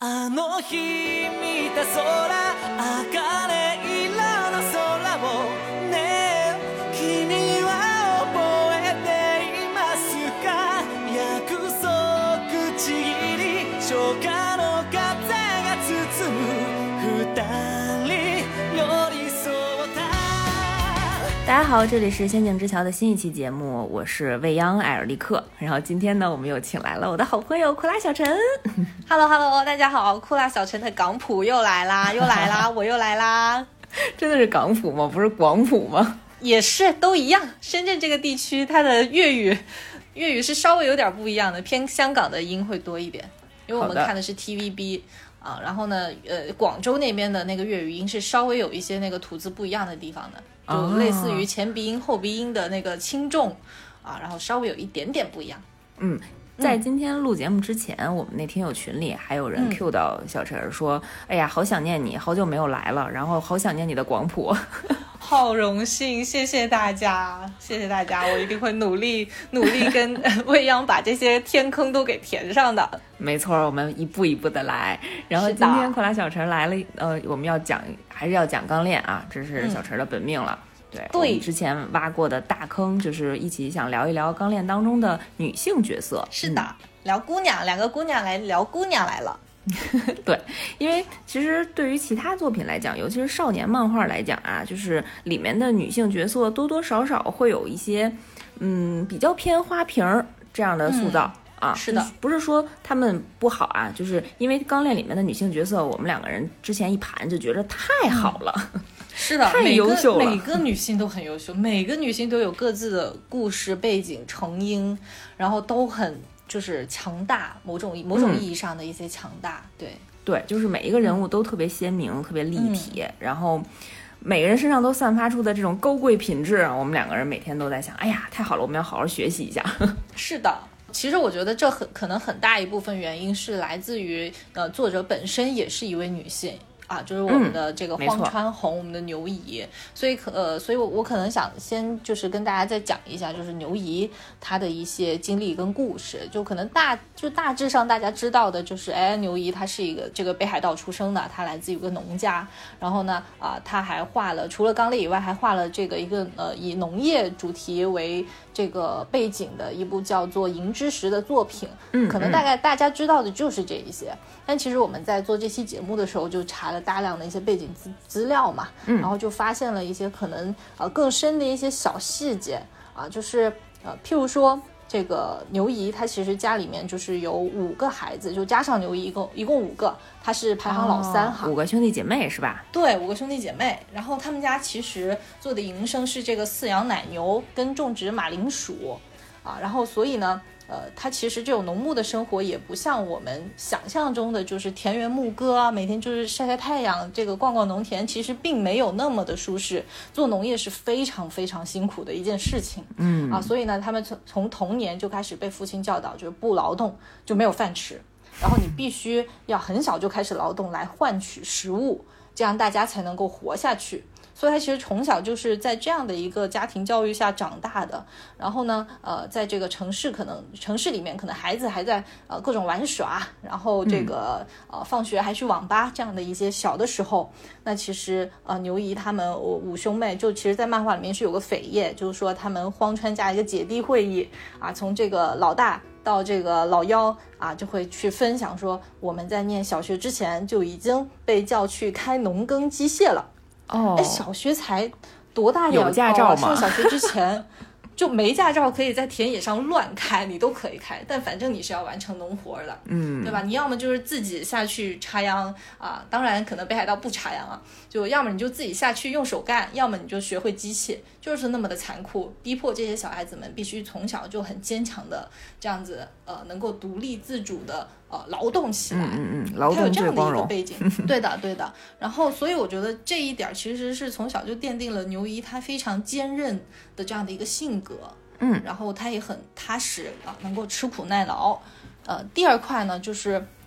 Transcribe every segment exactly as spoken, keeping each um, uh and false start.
あの日見た空茜色の空をねえ君は覚えていますか約束ちぎり初夏の風が包む二人寄り添った大家好，这里是仙境之桥的新一期节目，我是未央艾尔利克。然后今天呢，我们又请来了我的好朋友库拉小陈。 Hello Hello， 大家好，库拉小陈的港普又来啦，又来啦，我又来啦。 真的是港普吗？不是广普吗？ 也是，都一样。深圳这个地区，它的粤语，粤语是稍微有点不一样的，偏香港的音会多一点，因为我们看的是 T V B 啊。然后呢，呃，广州那边的那个粤语音是稍微有一些那个吐字不一样的地方的。就类似于前鼻音后鼻音的那个轻重啊，然后稍微有一点点不一样。 嗯，在今天录节目之前，嗯、我们那听友群里还有人 Q 到小陈说、嗯、哎呀好想念你，好久没有来了，然后好想念你的广普。 好荣幸，谢谢大家，谢谢大家，我一定会努力努力跟未央把这些天坑都给填上的。 没错，我们一步一步的来。然后今天库拉小陈来了，呃，我们要讲还是要讲钢炼啊，这是小陈的本命了。嗯对， 对， 我们之前挖过的大坑就是一起想聊一聊钢炼当中的女性角色。 是的、嗯、聊姑娘，两个姑娘来聊姑娘来了。 对，因为其实对于其他作品来讲，尤其是少年漫画来讲啊，就是里面的女性角色多多少少会有一些嗯比较偏花瓶这样的塑造、嗯、啊。 是的， 不是说他们不好啊，就是因为钢炼里面的女性角色，我们两个人之前一盘就觉得太好了。嗯是的， 太优秀了， 每个每个女性都很优秀，每个女性都有各自的故事背景成因，然后都很就是强大，某种某种意义上的一些强大、嗯、对对，就是每一个人物都特别鲜明、嗯、特别立体、嗯、然后每个人身上都散发出的这种高贵品质，我们两个人每天都在想，哎呀太好了，我们要好好学习一下。 是的，其实我觉得这很可能很大一部分原因是来自于呃作者本身也是一位女性啊，就是我们的这个荒川弘、嗯、我们的牛姨，所以可呃，所以我我可能想先就是跟大家再讲一下，就是牛姨她的一些经历跟故事，就可能大就大致上大家知道的就是，哎，牛姨她是一个这个北海道出生的，她来自于一个农家，然后呢啊、呃，她还画了除了钢炼以外，还画了这个一个呃以农业主题为这个背景的一部叫做《银之石》的作品， 嗯， 可能大概大家知道的就是这一些，但其实我们在做这期节目的时候就查了大量的一些背景资资料嘛，嗯，然后就发现了一些可能呃更深的一些小细节啊，就是呃譬如说这个牛姨她其实家里面就是有五个孩子，就加上牛姨一共一共五个，她是排行老三哈、 哦，五个兄弟姐妹是吧？ 对，五个兄弟姐妹，然后他们家其实做的营生是这个饲养奶牛跟种植马铃薯啊，然后所以呢呃，它其实这种农牧的生活也不像我们想象中的就是田园牧歌啊，每天就是晒晒太阳，这个逛逛农田，其实并没有那么的舒适。做农业是非常非常辛苦的一件事情，嗯啊，所以呢，他们从从童年就开始被父亲教导，就是不劳动就没有饭吃，然后你必须要很小就开始劳动来换取食物，这样大家才能够活下去。所以他其实从小就是在这样的一个家庭教育下长大的，然后呢，呃，在这个城市可能城市里面，可能孩子还在呃各种玩耍，然后这个、嗯、呃放学还去网吧这样的一些小的时候，那其实呃牛姨他们五兄妹就其实，在漫画里面是有个扉页，就是说他们荒川家一个姐弟会议啊，从这个老大到这个老幺啊，就会去分享说，我们在念小学之前就已经被叫去开农耕机械了。 哦， 哎，小学才多大呀？ 有驾照吗？ 上小学之前就没驾照，可以在田野上乱开，你都可以开，但反正你是要完成农活的，嗯，对吧？你要么就是自己下去插秧啊，当然可能北海道不插秧啊，就要么你就自己下去用手干，要么你就学会机器，就是那么的残酷，逼迫这些小孩子们必须从小就很坚强的这样子，呃，能够独立自主的。呃，劳动起来， 嗯嗯，劳动最光荣， 它有这样的一个背景，对的，对的。然后，所以我觉得这一点其实是从小就奠定了牛姨她非常坚韧的这样的一个性格，嗯，然后她也很踏实啊，能够吃苦耐劳。呃，第二块呢，就是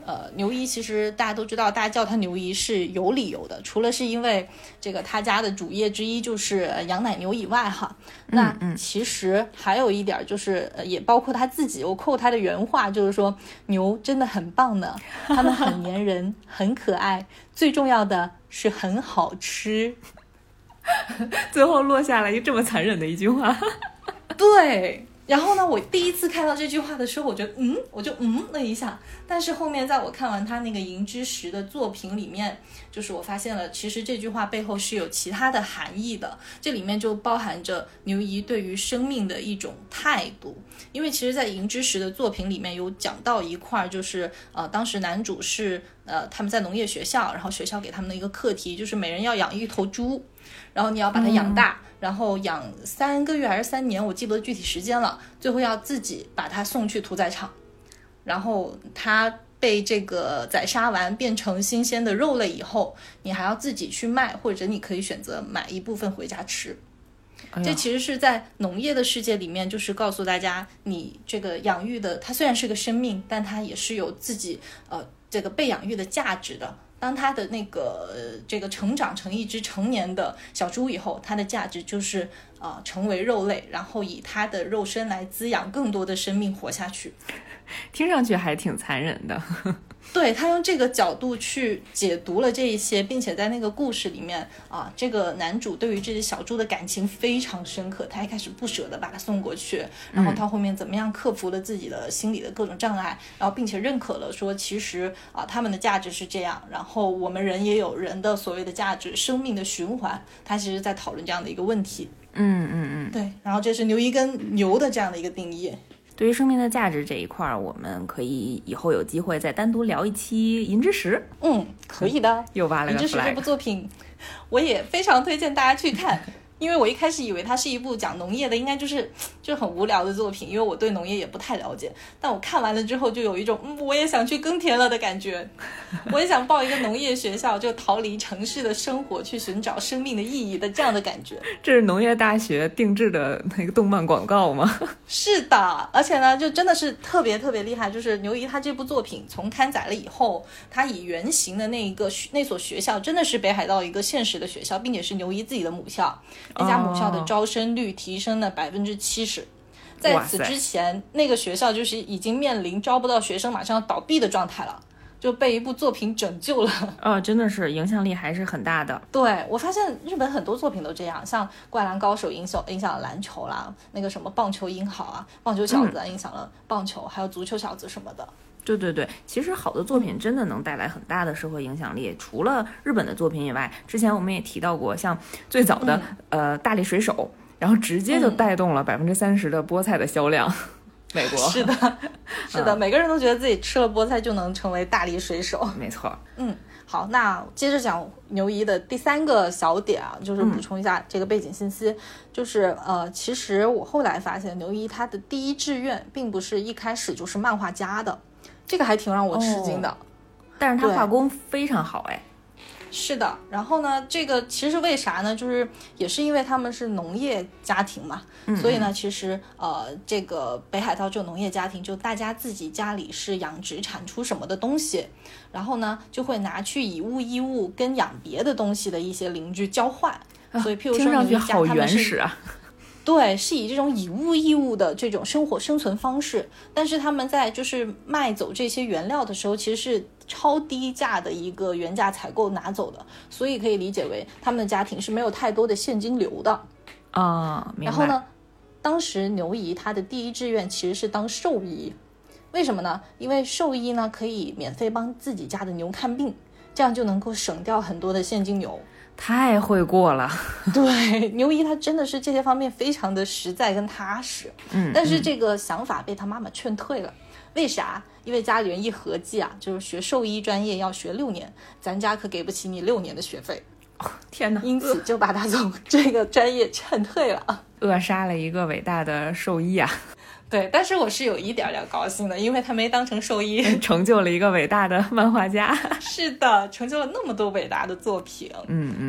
呃，牛一其实大家都知道，大家叫他牛一是有理由的，除了是因为这个他家的主业之一就是养奶牛以外哈，那其实还有一点就是，呃、也包括他自己，我扣他的原话就是说，牛真的很棒呢，它们很粘人，很可爱，最重要的是很好吃。 最后落下了一个这么残忍的一句话。 对。然后呢，我第一次看到这句话的时候，我觉得嗯，我就嗯了一下。但是后面在我看完他那个银之匙的作品里面，就是我发现了，其实这句话背后是有其他的含义的。这里面就包含着牛一对于生命的一种态度。因为其实，在银之匙的作品里面有讲到一块，就是呃，当时男主是呃他们在农业学校，然后学校给他们的一个课题就是每人要养一头猪。然后你要把它养大、嗯、然后养三个月还是三年，我记不得具体时间了，最后要自己把它送去屠宰场，然后它被这个宰杀完变成新鲜的肉类以后，你还要自己去卖，或者你可以选择买一部分回家吃。这其实是在农业的世界里面，就是告诉大家，你这个养育的它虽然是个生命，但它也是有自己呃这个被养育的价值的。当它的那个、呃、这个成长成一只成年的小猪以后，它的价值就是呃成为肉类，然后以它的肉身来滋养更多的生命活下去。 听上去还挺残忍的。 对，他用这个角度去解读了这一些，并且在那个故事里面啊，这个男主对于这只小猪的感情非常深刻，他一开始不舍得把它送过去，然后他后面怎么样克服了自己的心理的各种障碍，然后并且认可了说其实啊他们的价值是这样，然后我们人也有人的所谓的价值，生命的循环，他其实在讨论这样的一个问题。 嗯嗯嗯， 对，然后这是牛一跟牛的这样的一个定义。 对于生命的价值这一块，我们可以以后有机会再单独聊一期银之匙。 嗯，可以的。 又挖了个 flag。银之匙这部作品我也非常推荐大家去看。因为我一开始以为它是一部讲农业的，应该就是就是很无聊的作品，因为我对农业也不太了解。但我看完了之后，就有一种嗯，我也想去耕田了的感觉。我也想报一个农业学校，就逃离城市的生活，去寻找生命的意义的这样的感觉。 这是农业大学定制的那个动漫广告吗？ 是的，而且呢，就真的是特别特别厉害。就是牛一他这部作品从刊载了以后，他以原型的那一个那所学校真的是北海道一个现实的学校，并且是牛一自己的母校。那家母校的招生率提升了百分之七十，在此之前，那个学校就是已经面临招不到学生，马上要倒闭的状态了，就被一部作品拯救了。 哦，真的是影响力还是很大的。 对，我发现日本很多作品都这样，像《灌篮高手》影响影响了篮球啦，那个什么棒球英好啊，棒球小子影响了棒球，嗯、还有足球小子什么的。 对对对，其实好的作品真的能带来很大的社会影响力。除了日本的作品以外，之前我们也提到过，像最早的、嗯、呃大力水手，然后直接就带动了百分之三十的菠菜的销量。美国是的，是的、嗯，每个人都觉得自己吃了菠菜就能成为大力水手。 没错。 嗯，好，那接着讲牛一的第三个小点啊，就是补充一下这个背景信息，嗯、就是呃，其实我后来发现牛一他的第一志愿并不是一开始就是漫画家的。这个还挺让我吃惊的、哦、 但是他画工非常好哎。 是的，然后呢这个其实为啥呢，就是也是因为他们是农业家庭嘛、嗯、所以呢其实呃这个北海道这种农业家庭，就大家自己家里是养殖产出什么的东西，然后呢就会拿去以物易物，跟养别的东西的一些邻居交换、啊、所以譬如说听上去好原始啊。 对，是以这种以物易物的这种生活生存方式，但是他们在就是卖走这些原料的时候，其实是超低价的一个原价采购拿走的，所以可以理解为他们的家庭是没有太多的现金流的啊、明白。 然后呢，当时牛姨她的第一志愿其实是当兽医，为什么呢？因为兽医呢可以免费帮自己家的牛看病，这样就能够省掉很多的现金流。 太会过了。 对，牛一他真的是这些方面非常的实在跟踏实。 嗯， 但是这个想法被他妈妈劝退了。为啥？因为家里人一合计啊，就是学兽医专业要学六年，咱家可给不起你六年的学费。 哦、天哪！ 因此就把他从这个专业劝退了， 扼杀了一个伟大的兽医啊。 对，但是我是有一点点高兴的，因为他没当成兽医， 成就了一个伟大的漫画家。 是的，成就了那么多伟大的作品。 嗯嗯啊，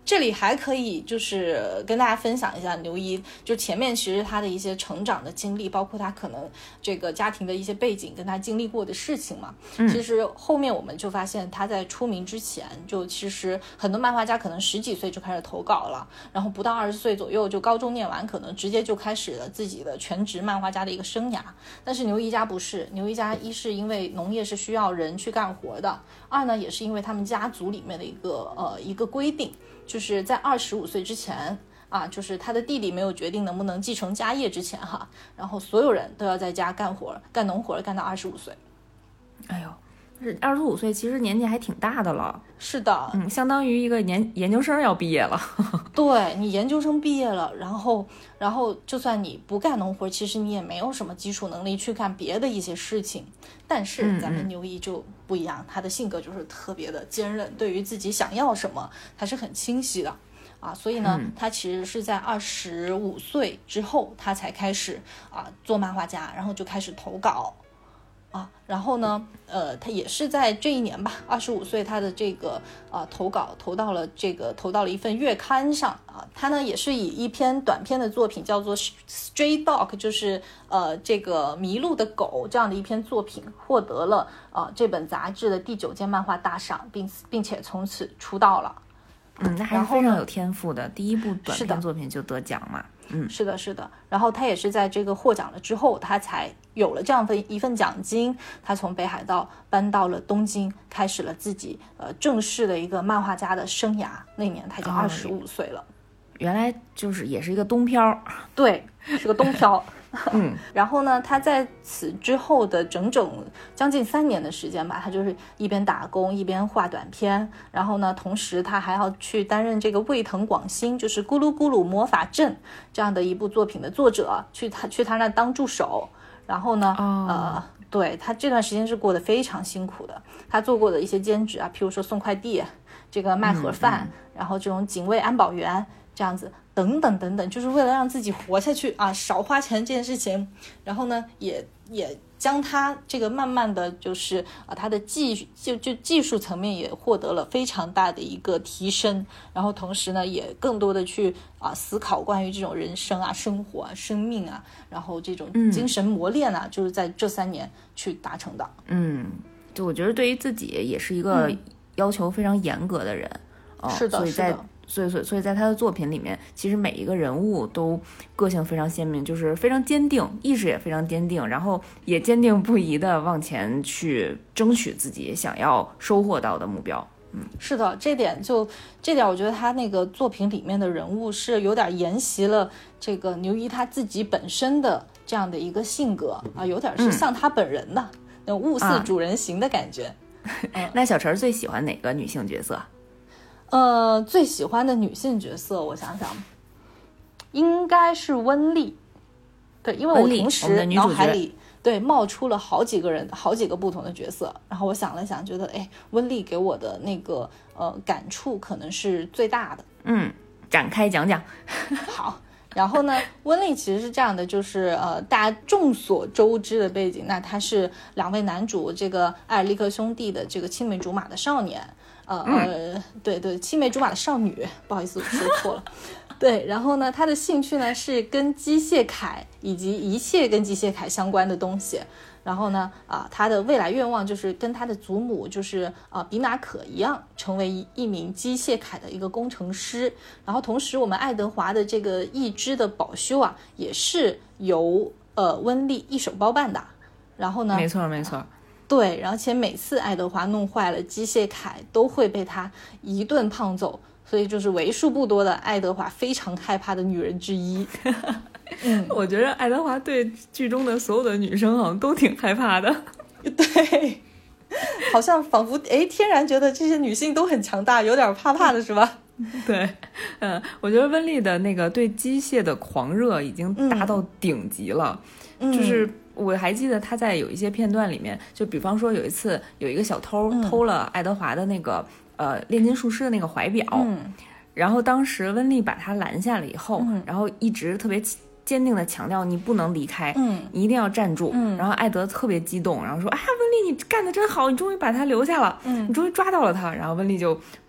这里还可以就是跟大家分享一下牛一，就前面其实他的一些成长的经历，包括他可能这个家庭的一些背景跟他经历过的事情嘛。嗯、其实后面我们就发现他在出名之前，就其实很多漫画家可能十几岁就开始投稿了，然后不到二十岁左右就高中念完，可能直接就开始了自己的全职漫画家的一个生涯。但是牛一家不是，牛一家一是因为农业是需要人去干活的，二呢也是因为他们家族里面的一个呃一个规定，就是在二十五岁之前啊，就是他的弟弟没有决定能不能继承家业之前哈，然后所有人都要在家干活，干农活干到二十五岁。 哎呦，二十五岁其实年纪还挺大的了。 是的， 嗯，相当于一个研研究生要毕业了。 对，你研究生毕业了，然后然后就算你不干农活，其实你也没有什么基础能力去干别的一些事情。但是咱们牛一就不一样，嗯嗯他的性格就是特别的坚韧，对于自己想要什么他是很清晰的啊，所以呢、嗯、他其实是在二十五岁之后他才开始啊做漫画家，然后就开始投稿啊，然后呢，呃，他也是在这一年吧，二十五岁，他的这个呃投稿投到了这个投到了一份月刊上啊，他呢也是以一篇短篇的作品叫做《Stray Dog》，就是呃这个迷路的狗这样的一篇作品，获得了呃这本杂志的第九届漫画大赏，并并且从此出道了。 嗯，那还是非常有天赋的，第一部短篇作品就得奖嘛。嗯， 是的，是的。然后他也是在这个获奖了之后，他才有了这样的一份奖金。他从北海道搬到了东京，开始了自己呃正式的一个漫画家的生涯。那年他已经二十五岁了、哦。 原来就是也是一个东漂， 对，是个东漂。嗯，然后呢，他在此之后的整整将近三年的时间吧，他就是一边打工一边画短片，然后呢，同时他还要去担任这个卫藤广兴，就是咕噜咕噜魔法阵这样的一部作品的作者，去他去他那当助手。然后呢，哦、呃，对，他这段时间是过得非常辛苦的。他做过的一些兼职啊，譬如说送快递，这个卖盒饭，嗯嗯然后这种警卫安保员这样子。等等等等，就是为了让自己活下去啊，少花钱这件事情，然后呢，也也将他这个慢慢的就是啊，他的技就就技术层面也获得了非常大的一个提升，然后同时呢，也更多的去啊思考关于这种人生啊、生活啊、生命啊，然后这种精神磨练啊，嗯、就是在这三年去达成的。 嗯，就我觉得对于自己也是一个要求非常严格的人， 嗯、哦，是的， 所以在是的。 所以，所以，所以在他的作品里面，其实每一个人物都个性非常鲜明，就是非常坚定，意识也非常坚定，然后也坚定不移的往前去争取自己想要收获到的目标。嗯， 是的，这点就这点，我觉得他那个作品里面的人物是有点沿袭了这个牛一他自己本身的这样的一个性格啊，有点是像他本人的、嗯、那种物似主人形的感觉。 啊嗯、那小陈最喜欢哪个女性角色？ 呃，最喜欢的女性角色，我想想，应该是温丽。对，因为我同时脑海里对冒出了好几个人，好几个不同的角色。然后我想了想，觉得哎，温丽给我的那个呃感触可能是最大的。 嗯，展开讲讲。 好。然后呢，温丽其实是这样的，就是呃，大家众所周知的背景，那他是两位男主这个艾尔利克兄弟的这个青梅竹马的少年。呃呃，对对，青梅竹马的少女，不好意思，我说错了。对，然后呢，他的兴趣呢是跟机械铠以及一切跟机械铠相关的东西。然后呢，啊、呃，他的未来愿望就是跟他的祖母，就是啊、呃、比纳可一样，成为一一名机械铠的一个工程师。然后同时，我们爱德华的这个义肢的保修啊，也是由呃温丽一手包办的。然后呢， 没错没错。 对，而且每次爱德华弄坏了机械铠都会被他一顿胖揍，所以就是为数不多的爱德华非常害怕的女人之一。 嗯，我觉得爱德华对剧中的所有的女生好像都挺害怕的。 对，好像仿佛哎天然觉得这些女性都很强大，有点怕怕的是吧？ 对，嗯，我觉得温丽的那个对机械的狂热已经达到顶级了，嗯、就是我还记得他在有一些片段里面，就比方说有一次有一个小偷偷了爱德华的那个、嗯、呃炼金术师的那个怀表、嗯、然后当时温丽把他拦下了以后、嗯、然后一直特别坚定的强调你不能离开，嗯，你一定要站住，嗯，然后艾德特别激动，然后说啊，温丽你干得真好，你终于把他留下了，嗯，你终于抓到了他，然后温丽就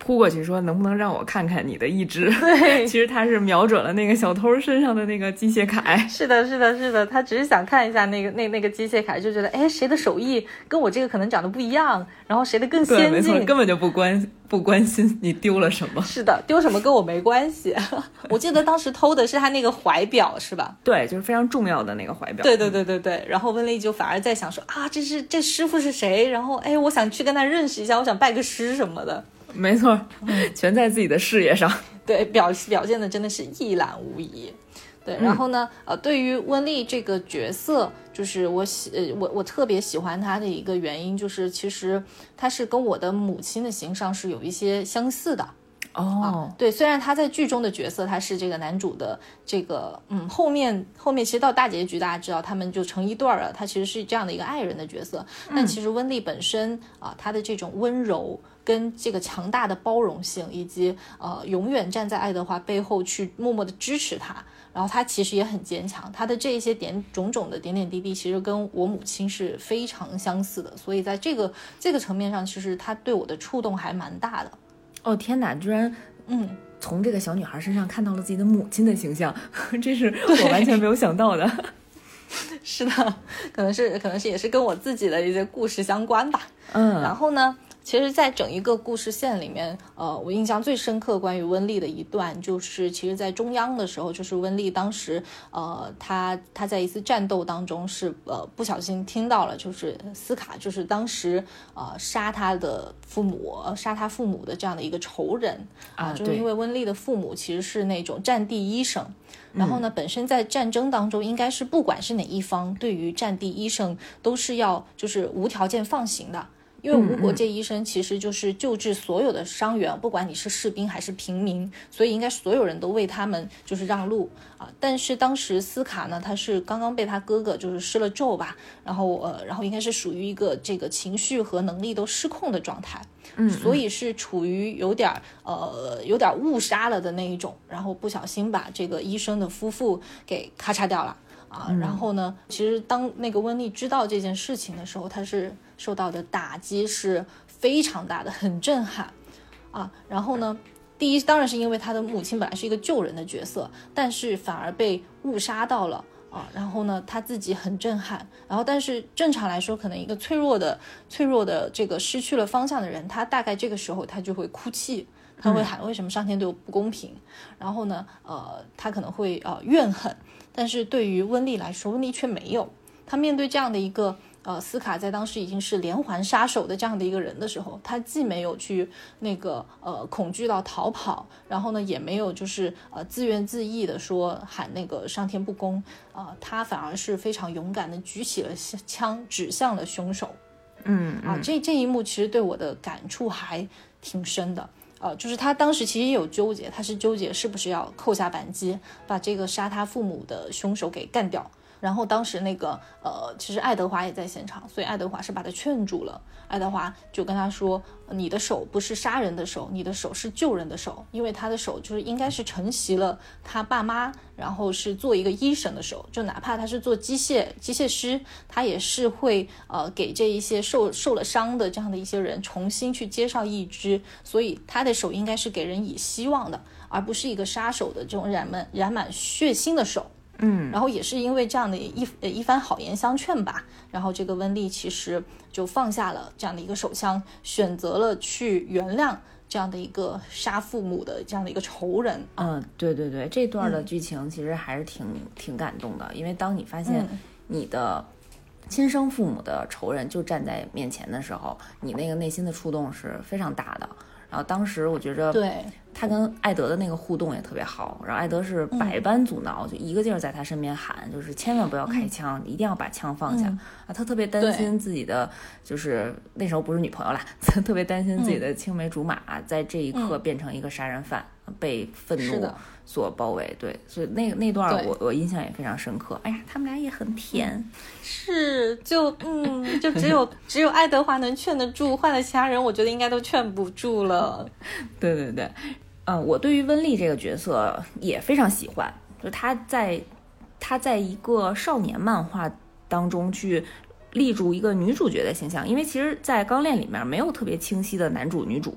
扑过去说能不能让我看看你的意志。 对， 其实他是瞄准了那个小偷身上的那个机械铠。 是的是的是的，他只是想看一下那个那那个机械铠，就觉得哎谁的手艺跟我这个可能长得不一样，然后谁的更先进。 对，没错，根本就不关不关心你丢了什么。 是的，丢什么跟我没关系。我记得当时偷的是他那个怀表是吧？ 对，就是非常重要的那个怀表。 对对对对对，然后温丽就反而在想说啊，这是这师傅是谁？然后哎，我想去跟他认识一下，我想拜个师什么的。 没错，全在自己的事业上。 对，表表现的真的是一览无遗。对，然后呢，嗯、呃，对于温丽这个角色，就是我喜，呃，我我特别喜欢她的一个原因，就是其实她是跟我的母亲的形象是有一些相似的。 哦、 啊，对，虽然他在剧中的角色他是这个男主的这个，嗯，后面后面其实到大结局大家知道他们就成一对了，他其实是这样的一个爱人的角色，但其实温丽本身啊，她的这种温柔跟这个强大的包容性，以及呃永远站在爱德华背后去默默的支持他，然后他其实也很坚强，他的这一些点种种的点点滴滴其实跟我母亲是非常相似的，所以在这个这个层面上，其实他对我的触动还蛮大的。 哦天哪，居然嗯从这个小女孩身上看到了自己的母亲的形象，这是我完全没有想到的。 是的，可能是可能是也是跟我自己的一些故事相关吧。 嗯， 然后呢，其实在整一个故事线里面，呃，我印象最深刻关于温丽的一段，就是其实在中央的时候，就是温丽当时，呃，他他在一次战斗当中是呃不小心听到了，就是斯卡就是当时呃杀他的父母，杀他父母的这样的一个仇人啊、呃，就是因为温丽的父母其实是那种战地医生。然后呢，本身在战争当中，应该是不管是哪一方，对于战地医生都是要就是无条件放行的。因为无国界医生其实就是救治所有的伤员，不管你是士兵还是平民，所以应该所有人都为他们就是让路啊。但是当时斯卡呢，他是刚刚被他哥哥就是施了咒吧，然后呃，然后应该是属于一个这个情绪和能力都失控的状态，嗯，所以是处于有点呃有点误杀了的那一种，然后不小心把这个医生的夫妇给咔嚓掉了。啊，然后呢，其实当那个温丽知道这件事情的时候，她是受到的打击是非常大的，很震撼啊。然后呢，第一当然是因为她的母亲本来是一个救人的角色，但是反而被误杀到了啊。然后呢，她自己很震撼。然后但是正常来说，可能一个脆弱的、脆弱的这个失去了方向的人，他大概这个时候他就会哭泣。他会喊为什么上天对我不公平、嗯、然后呢呃，他可能会呃怨恨，但是对于温丽来说，温丽却没有。他面对这样的一个呃斯卡在当时已经是连环杀手的这样的一个人的时候，他既没有去那个呃恐惧到逃跑，然后呢也没有就是呃自怨自艾的说喊那个上天不公啊、呃，他反而是非常勇敢的举起了枪指向了凶手。 嗯, 嗯啊，这这一幕其实对我的感触还挺深的。呃，就是他当时其实也有纠结，他是纠结是不是要扣下扳机，把这个杀他父母的凶手给干掉。然后当时那个呃，其实爱德华也在现场，所以爱德华是把他劝住了。爱德华就跟他说，你的手不是杀人的手，你的手是救人的手，因为他的手就是应该是承袭了他爸妈，然后是做一个医生的手，就哪怕他是做机械机械师，他也是会呃给这一些受受了伤的这样的一些人重新去接上义肢，所以他的手应该是给人以希望的，而不是一个杀手的这种染满染满血腥的手。 嗯， 然后也是因为这样的一一番好言相劝吧，然后这个温丽其实就放下了这样的一个手枪，选择了去原谅这样的一个杀父母的这样的一个仇人。 嗯，对对对，这段的剧情其实还是挺、嗯、挺感动的，因为当你发现你的亲生父母的仇人就站在面前的时候，你那个内心的触动是非常大的。然后当时我觉着， 对， 他跟艾德的那个互动也特别好，然后艾德是百般阻挠、嗯、就一个劲儿在他身边喊，就是千万不要开枪、嗯、一定要把枪放下、嗯、啊，他特别担心自己的，就是那时候不是女朋友啦，他特别担心自己的青梅竹马、嗯、在这一刻变成一个杀人犯、嗯、被愤怒所包围。对，所以那那段我我印象也非常深刻。哎呀，他们俩也很甜、嗯、 是就嗯就只有只有爱德华能劝得住，换了其他人我觉得应该都劝不住了。 对对对，嗯，我对于温丽这个角色也非常喜欢，就她在她在一个少年漫画当中去立住一个女主角的形象，因为其实在钢炼里面没有特别清晰的男主女主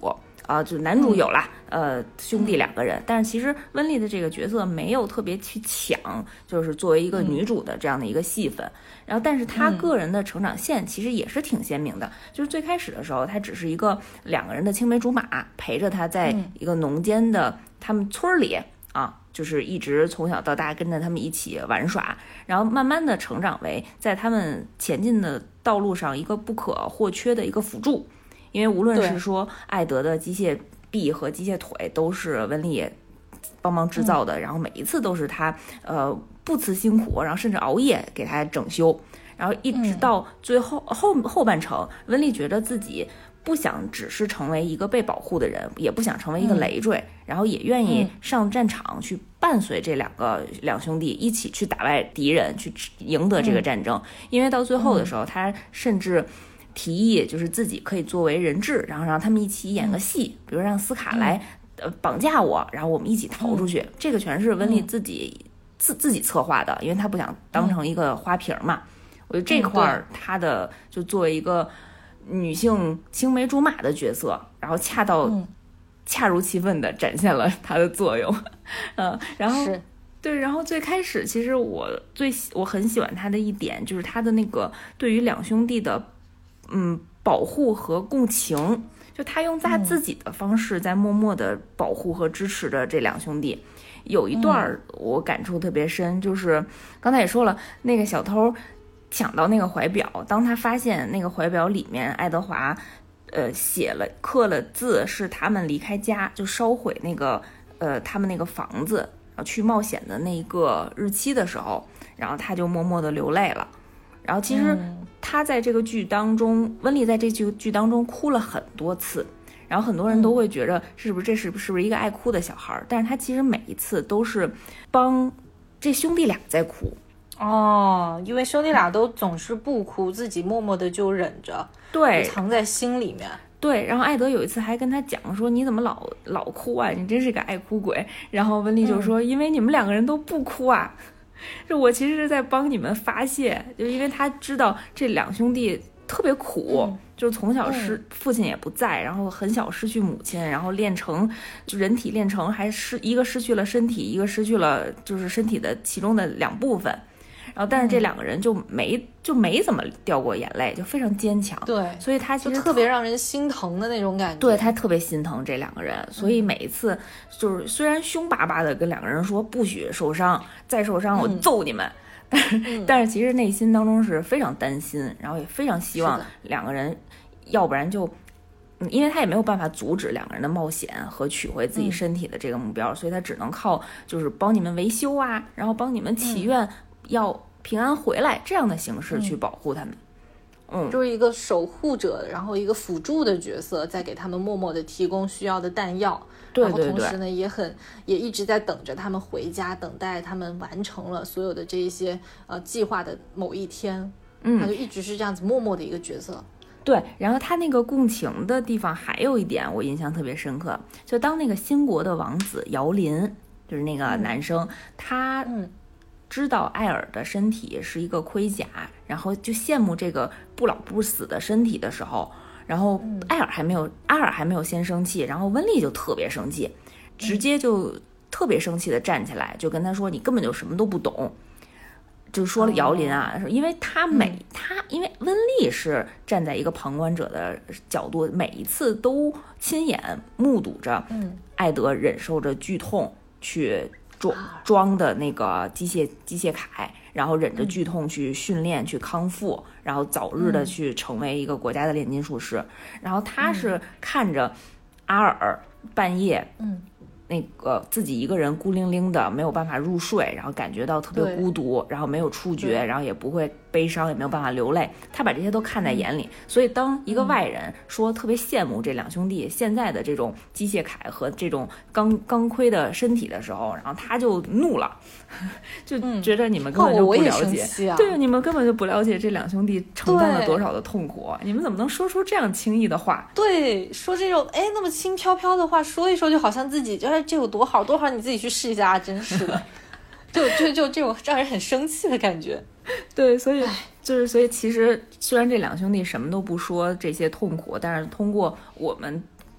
啊、呃，就男主有了、嗯、呃兄弟两个人，但是其实温丽的这个角色没有特别去抢，就是作为一个女主的这样的一个戏份。嗯、然后，但是她个人的成长线其实也是挺鲜明的，嗯、就是最开始的时候，她只是一个两个人的青梅竹马，陪着她在一个农间的他们村里。啊，就是一直从小到大跟着他们一起玩耍，然后慢慢的成长为在他们前进的道路上一个不可或缺的一个辅助。因为无论是说艾德的机械臂和机械腿都是温丽帮忙制造的、嗯、然后每一次都是他呃不辞辛苦，然后甚至熬夜给他整修，然后一直到最后、嗯、后后半程，温丽觉得自己不想只是成为一个被保护的人，也不想成为一个累赘、嗯、然后也愿意上战场去伴随这两个两兄弟一起去打败敌人，去赢得这个战争、嗯、因为到最后的时候、嗯、他甚至提议就是自己可以作为人质，然后让他们一起演个戏、嗯、比如让斯卡来、嗯、呃绑架我，然后我们一起逃出去、嗯、这个全是温丽自己、嗯、自自己策划的，因为他不想当成一个花瓶嘛、嗯、我觉得这块儿他的就作为一个女性青梅竹马的角色，然后恰到、嗯、恰如其分的展现了她的作用。嗯，然后是对，然后最开始其实我最我很喜欢她的一点就是她的那个对于两兄弟的嗯保护和共情，就她用她自己的方式在默默的保护和支持着这两兄弟。有一段我感触特别深、嗯、就是刚才也说了，那个小偷抢到那个怀表，当他发现那个怀表里面爱德华呃写了刻了字是他们离开家就烧毁那个呃他们那个房子然后去冒险的那一个日期的时候，然后他就默默的流泪了。然后其实他在这个剧当中、嗯、温丽在这剧剧当中哭了很多次，然后很多人都会觉得是不是这是不是不是一个爱哭的小孩，但是他其实每一次都是帮这兄弟俩在哭。 哦，因为兄弟俩都总是不哭，自己默默的就忍着， 对， 藏在心里面。 对，然后艾德有一次还跟他讲说，你怎么老老哭啊，你真是个爱哭鬼。然后温丽就说、嗯、因为你们两个人都不哭啊，这我其实是在帮你们发泄，就因为他知道这两兄弟特别苦、嗯、就从小失、嗯、父亲也不在，然后很小失去母亲，然后练成就人体练成还失一个失去了身体，一个失去了就是身体的其中的两部分，然后但是这两个人就没、嗯、就没怎么掉过眼泪，就非常坚强。 对， 所以他其实特别让人心疼的那种感觉。 对，他特别心疼这两个人，所以每一次就是虽然凶巴巴的跟两个人说不许受伤，再受伤我揍你们、嗯但是、嗯、但是其实内心当中是非常担心，然后也非常希望两个人要不然就因为他也没有办法阻止两个人的冒险和取回自己身体的这个目标、嗯、所以他只能靠就是帮你们维修啊，然后帮你们祈愿要平安回来、嗯、这样的形式去保护他们。嗯， 就是一个守护者，然后一个辅助的角色，在给他们默默的提供需要的弹药。 对对对， 然后同时呢，也很也一直在等着他们回家，等待他们完成了所有的这一些呃计划的某一天。嗯，他就一直是这样子默默的一个角色。 对，然后他那个共情的地方还有一点我印象特别深刻，就当那个新国的王子姚林，就是那个男生，嗯、他嗯。知道艾尔的身体是一个盔甲，然后就羡慕这个不老不死的身体的时候，然后艾尔还没有阿尔还没有先生气，然后温丽就特别生气，直接就特别生气的站起来，就跟他说你根本就什么都不懂，就说了姚林啊，因为他每他因为温丽是站在一个旁观者的角度，每一次都亲眼目睹着艾德忍受着剧痛去装装的那个机械机械铠，然后忍着剧痛去训练、嗯、去康复，然后早日的去成为一个国家的炼金术师、嗯、然后他是看着阿尔半夜嗯那个自己一个人孤零零的没有办法入睡，然后感觉到特别孤独，然后没有触觉，然后也不会悲伤，也没有办法流泪，他把这些都看在眼里、嗯、所以当一个外人说特别羡慕这两兄弟现在的这种机械铠和这种钢钢盔的身体的时候，然后他就怒了，就觉得你们根本就不了解、嗯哦啊、对，你们根本就不了解这两兄弟承担了多少的痛苦，你们怎么能说出这样轻易的话？ 对，说这种哎那么轻飘飘的话，说一说就好像自己就是这有多好多好，你自己去试一下啊，真是的就就就这种让人很生气的感觉。 对，所以就是所以其实虽然这两兄弟什么都不说这些痛苦，但是通过我们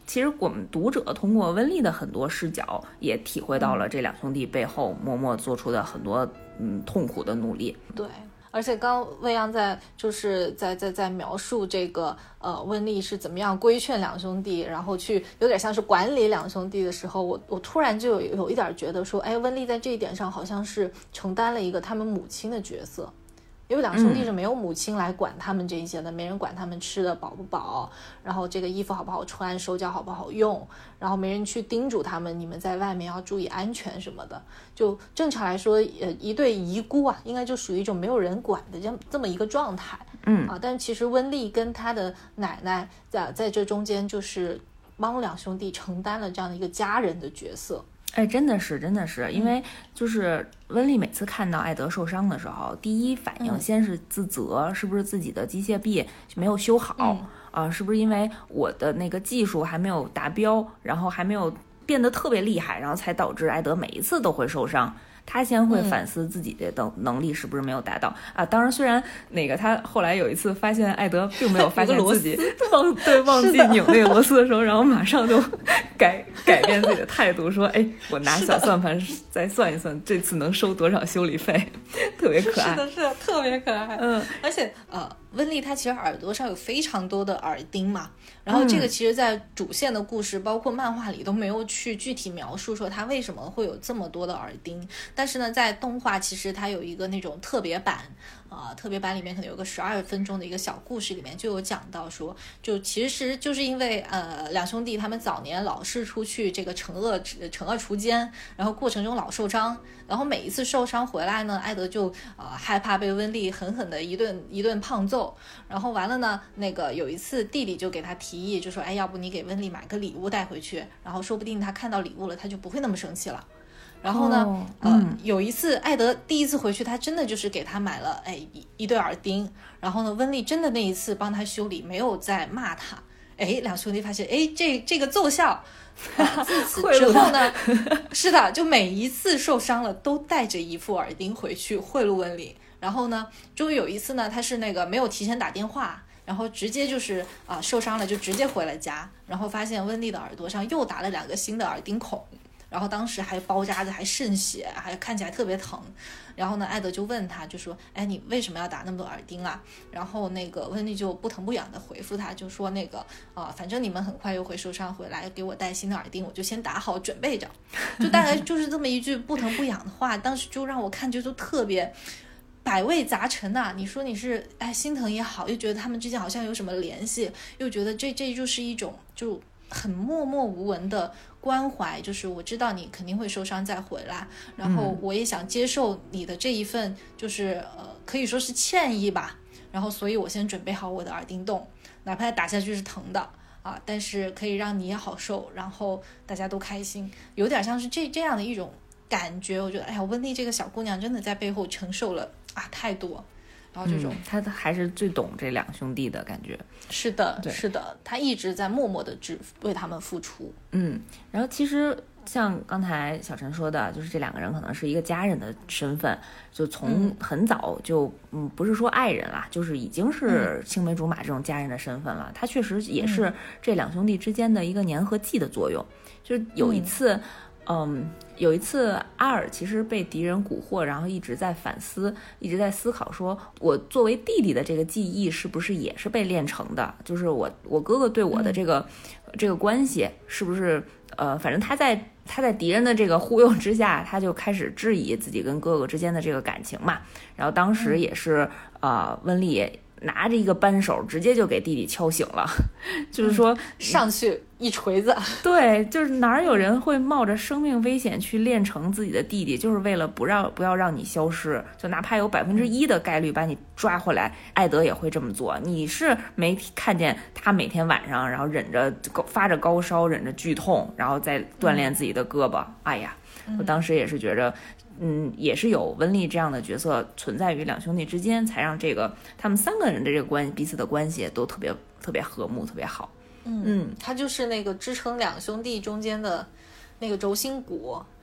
其实我们读者通过温丽的很多视角，也体会到了这两兄弟背后默默做出的很多嗯痛苦的努力。 对。而且刚未央在就是在在在描述这个呃温丽是怎么样规劝两兄弟，然后去有点像是管理两兄弟的时候，我我突然就有有一点觉得说，哎，温丽在这一点上好像是承担了一个他们母亲的角色。因为两兄弟是没有母亲来管他们这一些的、嗯、没人管他们吃的饱不饱，然后这个衣服好不好穿，手脚好不好用，然后没人去叮嘱他们你们在外面要注意安全什么的。就正常来说呃，一对遗孤啊应该就属于一种没有人管的这这么一个状态。 嗯啊，但其实温丽跟他的奶奶在在这中间就是帮两兄弟承担了这样的一个家人的角色。 哎，真的是，真的是，因为就是温丽每次看到艾德受伤的时候，第一反应先是自责，嗯、是不是自己的机械臂没有修好啊、嗯呃？是不是因为我的那个技术还没有达标，然后还没有变得特别厉害，然后才导致艾德每一次都会受伤？他先会反思自己的能能力是不是没有达到、嗯、啊。当然，虽然那个他后来有一次发现艾德并没有发现自己忘对忘记拧那个螺丝的时候，然后马上就改改变自己的态度，说：“哎，我拿小算盘再算一算，这次能收多少修理费？”特别可爱， 是的，是的，特别可爱。 嗯， 而且呃，温丽她其实耳朵上有非常多的耳钉嘛，然后这个其实在主线的故事、嗯、包括漫画里都没有去具体描述说她为什么会有这么多的耳钉。但是呢，在动画其实它有一个那种特别版，呃，特别版里面可能有个十二分钟的一个小故事，里面就有讲到说，就其实就是因为呃两兄弟他们早年老是出去这个惩恶惩恶除奸，然后过程中老受伤，然后每一次受伤回来呢，艾德就呃害怕被温丽狠狠的一顿一顿胖揍，然后完了呢，那个有一次弟弟就给他提议，就说，哎，要不你给温丽买个礼物带回去，然后说不定他看到礼物了，他就不会那么生气了。然后呢、哦嗯、呃，有一次艾德第一次回去，他真的就是给他买了哎一一对耳钉，然后呢，温丽真的那一次帮他修理，没有再骂他。哎，两兄弟发现，哎，这这个奏效。啊、自此之后呢，是的，就每一次受伤了都带着一副耳钉回去贿赂温丽。然后呢，终于有一次呢，他是那个没有提前打电话，然后直接就是啊、呃、受伤了就直接回了家，然后发现温丽的耳朵上又打了两个新的耳钉孔。然后当时还包扎着，还渗血，还看起来特别疼。然后呢，艾德就问他，就说：“哎，你为什么要打那么多耳钉啊？”然后那个温丽就不疼不痒的回复他，就说：“那个啊、呃，反正你们很快又会受伤回来，给我带新的耳钉，我就先打好准备着。”就大概就是这么一句不疼不痒的话，当时就让我看就就特别百味杂陈呐、啊。你说你是哎心疼也好，又觉得他们之间好像有什么联系，又觉得这这就是一种就很默默无闻的关怀，就是我知道你肯定会受伤再回来，然后我也想接受你的这一份就是呃可以说是歉意吧，然后所以我先准备好我的耳钉洞，哪怕打下去是疼的啊，但是可以让你也好受，然后大家都开心，有点像是这这样的一种感觉。我觉得哎呀，温丽这个小姑娘真的在背后承受了啊太多，然后这种、 嗯、她还是最懂这两兄弟的感觉。 是的，是的，她一直在默默的只为他们付出。 嗯，然后其实像刚才小陈说的，就是这两个人可能是一个家人的身份，就从很早就嗯嗯不是说爱人啦，就是已经是青梅竹马这种家人的身份了。他确实也是这两兄弟之间的一个粘合剂的作用。就是有一次嗯。嗯有一次阿尔其实被敌人蛊惑，然后一直在反思，一直在思考说，我作为弟弟的这个记忆是不是也是被炼成的，就是我我哥哥对我的这个、嗯、这个关系是不是呃反正他在他在敌人的这个忽悠之下，他就开始质疑自己跟哥哥之间的这个感情嘛。然后当时也是、嗯、呃温丽拿着一个扳手直接就给弟弟敲醒了，就是说、嗯、 上去一锤子。 对，就是哪有人会冒着生命危险去炼成自己的弟弟，就是为了不让不要让你消失，就哪怕有百分之一的概率把你抓回来，艾德也会这么做。你是没看见他每天晚上然后忍着发着高烧，忍着剧痛，然后再锻炼自己的胳膊、嗯、哎呀，我当时也是觉着嗯，也是有温丽这样的角色存在于两兄弟之间，才让这个他们三个人的这个关彼此的关系都特别特别和睦，特别好。 嗯嗯，他就是那个支撑两兄弟中间的那个轴心骨，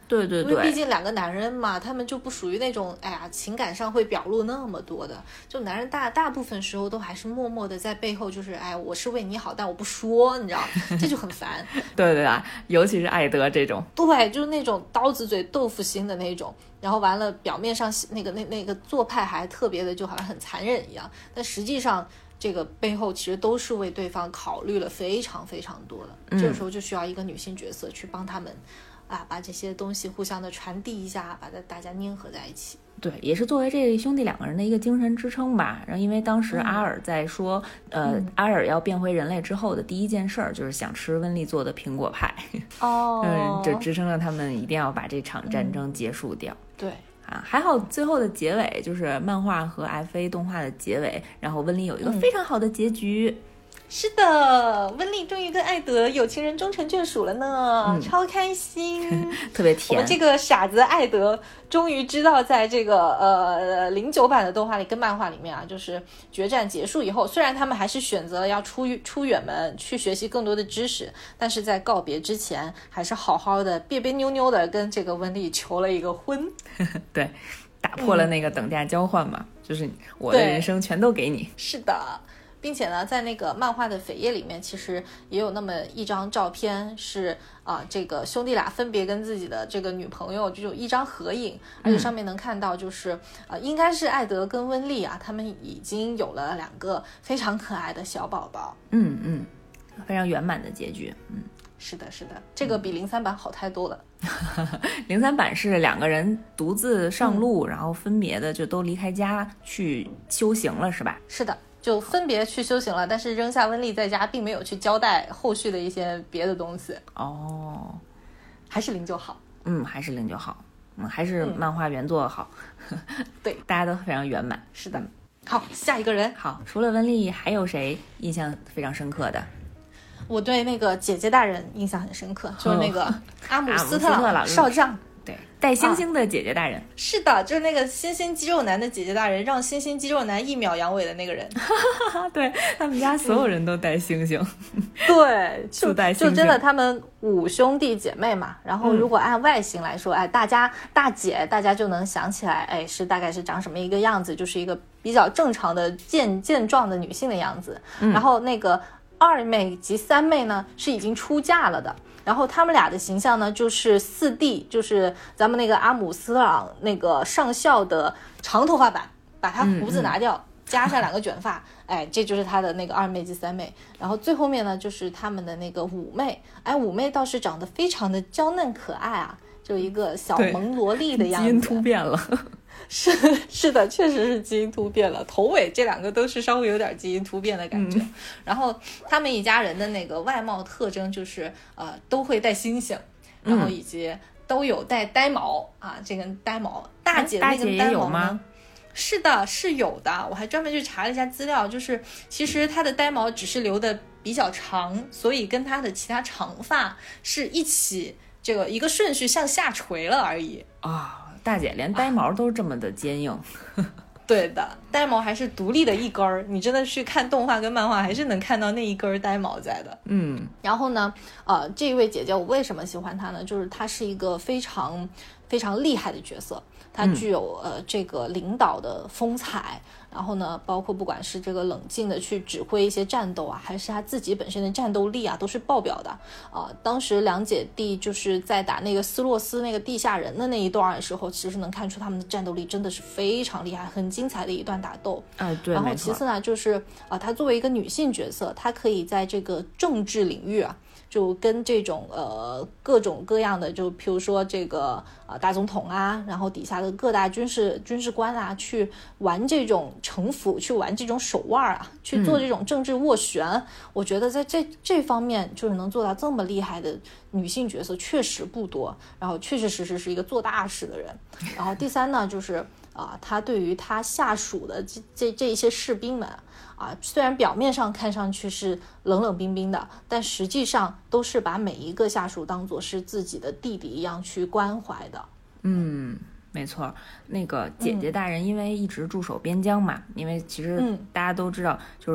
对对对， 因为毕竟两个男人嘛，他们就不属于那种哎呀情感上会表露那么多的，就男人大大部分时候都还是默默的在背后就是哎我是为你好，但我不说，你知道这就很烦。 对对啊，尤其是艾德这种， 对，就是那种刀子嘴豆腐心的那种，然后完了表面上那个那那个做派还特别的就好像很残忍一样，但实际上这个背后其实都是为对方考虑了非常非常多的、嗯、这个时候就需要一个女性角色去帮他们啊，把这些东西互相的传递一下，把大家粘合在一起。 对，也是作为这兄弟两个人的一个精神支撑吧。然后因为当时阿尔在说、嗯、呃、嗯，阿尔要变回人类之后的第一件事儿就是想吃温丽做的苹果派。 哦， 嗯，就支撑着他们一定要把这场战争结束掉。 嗯、对啊，还好最后的结尾就是漫画和 F A 动画的结尾，然后温丽有一个非常好的结局。 嗯，是的，温丽终于跟艾德有情人终成眷属了呢、嗯、超开心特别甜。 我们这个傻子艾德终于知道在这个呃零九版的动画里跟漫画里面啊，就是决战结束以后，虽然他们还是选择了要出出远门去学习更多的知识，但是在告别之前还是好好的别别扭扭的跟这个温丽求了一个婚。 对，打破了那个等价交换嘛、嗯、就是我的人生全都给你。 是的，并且呢在那个漫画的扉页里面其实也有那么一张照片，是啊、呃，这个兄弟俩分别跟自己的这个女朋友就有一张合影，而且上面能看到就是呃，应该是艾德跟温丽啊，他们已经有了两个非常可爱的小宝宝。 嗯嗯，非常圆满的结局。嗯， 是的是的，这个比零三版好太多了。 零三版是两个人独自上路、嗯、然后分别的就都离开家去修行了是吧？ 是的，就分别去修行了，但是扔下温丽在家，并没有去交代后续的一些别的东西。 哦， 还是零就好。 嗯，还是零就好。嗯，还是漫画原作好。 嗯、对， 大家都非常圆满。 是的。好，下一个人。 好，除了温丽，还有谁印象非常深刻的？ 我对那个姐姐大人印象很深刻，就是那个阿姆斯特朗少将。 对，带星星的姐姐大人、啊、 是的，就是那个星星肌肉男的姐姐大人，让星星肌肉男一秒阳痿的那个人。 对，他们家所有人都带星星。 对， 就带星星， 就真的他们五兄弟姐妹嘛，然后如果按外形来说、嗯、哎，大家大姐大家就能想起来，哎，是大概是长什么一个样子，就是一个比较正常的健健壮的女性的样子、嗯、然后那个二妹及三妹呢是已经出嫁了的，然后他们俩的形象呢就是四弟，就是咱们那个阿姆斯特朗那个上校的长头发版，把他胡子拿掉、嗯嗯、加上两个卷发哎，这就是他的那个二妹及三妹。然后最后面呢就是他们的那个五妹，哎，五妹倒是长得非常的娇嫩可爱啊，就一个小萌萝莉的样子， 基因突变了。 是是的，确实是基因突变了，头尾这两个都是稍微有点基因突变的感觉、嗯、然后他们一家人的那个外貌特征就是呃都会带星星，然后以及都有带呆毛、嗯、啊，这根呆毛大姐的那根呆毛呢，是的，是有的，我还专门去查了一下资料，就是其实她的呆毛只是留的比较长，所以跟她的其他长发是一起这个一个顺序向下垂了而已啊。大姐连呆毛都这么的坚硬、啊、 对的，呆毛还是独立的一根儿，你真的去看动画跟漫画还是能看到那一根呆毛在的。 嗯， 然后呢呃，这一位姐姐我为什么喜欢她呢，就是她是一个非常非常厉害的角色，她具有、嗯、呃这个领导的风采，然后呢包括不管是这个冷静的去指挥一些战斗啊，还是她自己本身的战斗力啊，都是爆表的啊、呃。当时两姐弟就是在打那个斯洛斯那个地下人的那一段的时候，其实能看出他们的战斗力真的是非常厉害，很精彩的一段打斗。 哎，对。 然后其次呢就是啊、呃，她作为一个女性角色，她可以在这个政治领域啊，就跟这种呃各种各样的，就譬如说这个呃大总统啊，然后底下的各大军事军事官啊，去玩这种城府，去玩这种手腕啊，去做这种政治斡旋、嗯、我觉得在这这方面就是能做到这么厉害的女性角色确实不多，然后确确实实是一个做大事的人。然后第三呢就是啊、呃，他对于他下属的这这这一些士兵们啊，虽然表面上看上去是冷冷冰冰的，但实际上都是把每一个下属当作是自己的弟弟一样去关怀的。 嗯，没错，那个姐姐大人因为一直驻守边疆嘛、嗯、因为其实大家都知道就是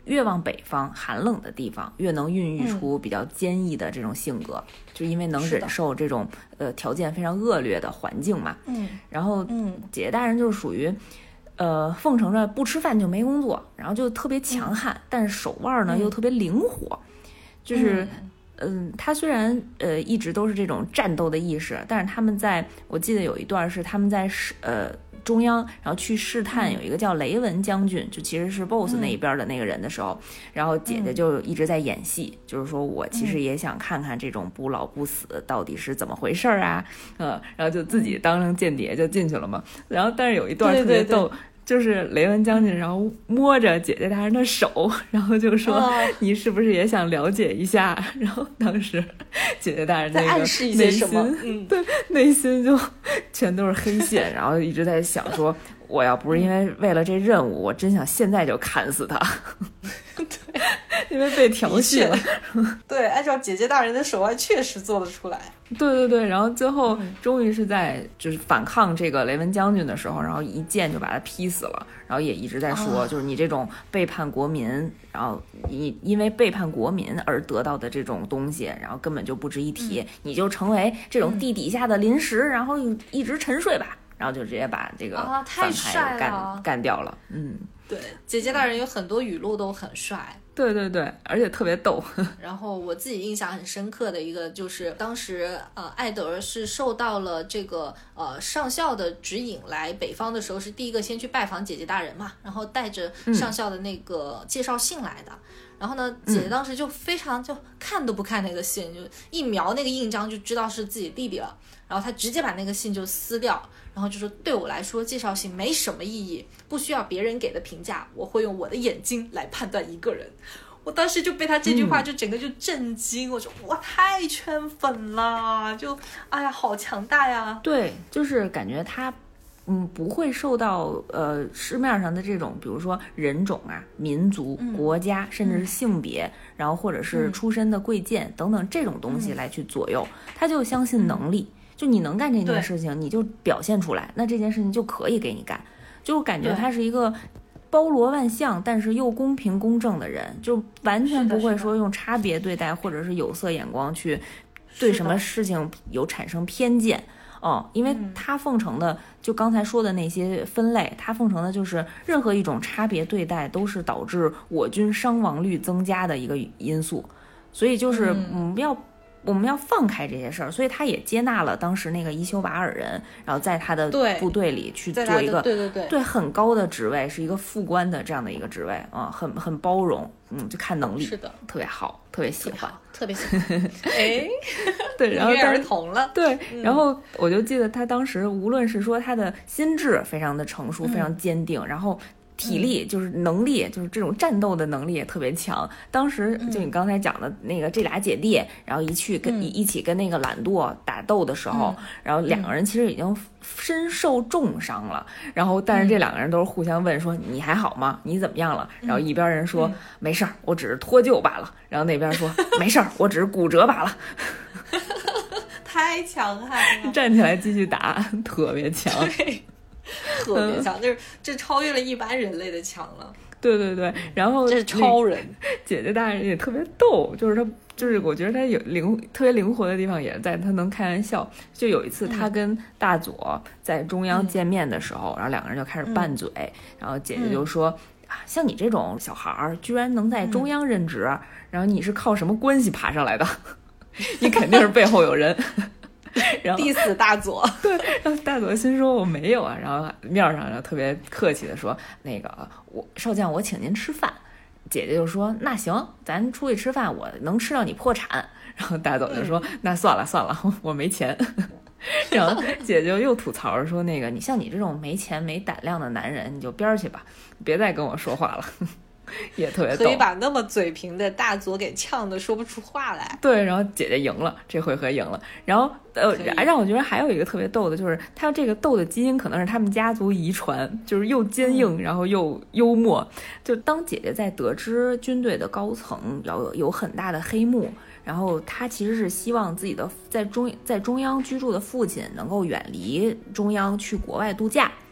越往北方寒冷的地方，越能孕育出比较坚毅的这种性格，嗯、就因为能忍受这种呃条件非常恶劣的环境嘛。 嗯， 然后嗯， 姐姐大人就是属于。呃，奉承着不吃饭就没工作，然后就特别强悍，嗯、但是手腕呢、嗯、又特别灵活，就是嗯、呃，他虽然呃一直都是这种战斗的意识，但是他们在我记得有一段是他们在呃中央，然后去试探有一个叫雷文将军，嗯、就其实是 boss 那一边的那个人的时候，嗯、然后姐姐就一直在演戏，嗯、就是说我其实也想看看这种不老不死到底是怎么回事啊，嗯，然后就自己当成间谍就进去了嘛。然后但是有一段特别逗。对对对，就是雷文将军，然后摸着姐姐大人的手，然后就说：“哦、你是不是也想了解一下？”然后当时姐姐大人那个暗示一些什么， 嗯，对，内心就全都是黑线，然后一直在想说：“我要不是因为为了这任务，我真想现在就砍死他。”对，因为被调戏了。 对，按照姐姐大人的手腕，确实做得出来。 对对对，然后最后终于是在就是反抗这个雷文将军的时候，然后一剑就把他劈死了，然后也一直在说，哦、就是你这种背叛国民，然后你因为背叛国民而得到的这种东西，然后根本就不值一提，嗯、你就成为这种地底下的临时，嗯、然后一直沉睡吧，然后就直接把这个反派干、 啊、 干掉了。嗯， 对，姐姐大人有很多语录都很帅。 对对对，而且特别逗。 然后我自己印象很深刻的一个就是当时呃艾德是受到了这个呃上校的指引来北方的时候，是第一个先去拜访姐姐大人嘛，然后带着上校的那个介绍信来的。嗯、然后呢，姐姐当时就非常就看都不看那个信，就一描那个印章就知道是自己弟弟了。然后他直接把那个信就撕掉，然后就说：“对我来说，介绍信没什么意义，不需要别人给的评价，我会用我的眼睛来判断一个人。”我当时就被他这句话就整个就震惊，嗯、我说哇，太圈粉了，就哎呀，好强大呀！ 对，就是感觉他。嗯，不会受到呃市面上的这种，比如说人种啊、民族、 嗯、 国家，甚至是性别，嗯、然后或者是出身的贵贱、嗯、等等这种东西来去左右，嗯、他就相信能力，嗯、就你能干这件事情，你就表现出来，那这件事情就可以给你干，就感觉他是一个包罗万象，但是又公平公正的人，就完全不会说用差别对待或者是有色眼光去对什么事情有产生偏见。哦，因为他奉承的，就刚才说的那些分类，他奉承的就是任何一种差别对待都是导致我军伤亡率增加的一个因素，所以就是嗯要我们要放开这些事儿，所以他也接纳了当时那个伊修瓦尔人，然后在他的部队里去做一个对对对对很高的职位，是一个副官的这样的一个职位啊，很很包容，嗯，就看能力， 是的， 特别好，特别喜欢。 特别喜欢，哎， 对，然后不约而同了， 对，嗯、然后我就记得他当时无论是说他的心智非常的成熟，嗯、非常坚定，然后体力就是能力，嗯、就是这种战斗的能力也特别强。当时就你刚才讲的那个这俩姐弟，嗯、然后一去跟、嗯、一起跟那个懒惰打斗的时候，嗯、然后两个人其实已经身受重伤了，嗯、然后但是这两个人都是互相问说、嗯、你还好吗？你怎么样了？然后一边人说、嗯、没事儿，我只是脱臼罢了。然后那边说没事儿，我只是骨折罢了。 太强悍了， 站起来继续打，特别强， 对，特别强，嗯、就是这超越了一般人类的强了。 对对对，然后这是超人。 姐姐大人也特别逗，就是他，就是我觉得他有灵特别灵活的地方，也在他能开玩笑。就有一次他跟大佐在中央见面的时候，嗯、然后两个人就开始拌嘴，嗯、然后姐姐就说。嗯像你这种小孩儿，居然能在中央任职，嗯、然后你是靠什么关系爬上来的？你肯定是背后有人。然后逼死大佐， 对，然后大佐心说我没有啊，然后面上然后特别客气的说，那个我少将我请您吃饭。姐姐就说那行，咱出去吃饭，我能吃到你破产。然后大佐就说、嗯、那算了算了，我没钱。然后姐姐又吐槽说那个你像你这种没钱没胆量的男人，你就边去吧，别再跟我说话了。也特别逗， 可以把那么嘴贫的大佐给呛得说不出话来。 对，然后姐姐赢了，这回合赢了。然后呃，让我觉得还有一个特别逗的，就是他这个逗的基因可能是他们家族遗传，就是又坚硬，然后又幽默。就当姐姐在得知军队的高层要有很大的黑幕，然后她其实是希望自己的在中在中央居住的父亲能够远离中央去国外度假。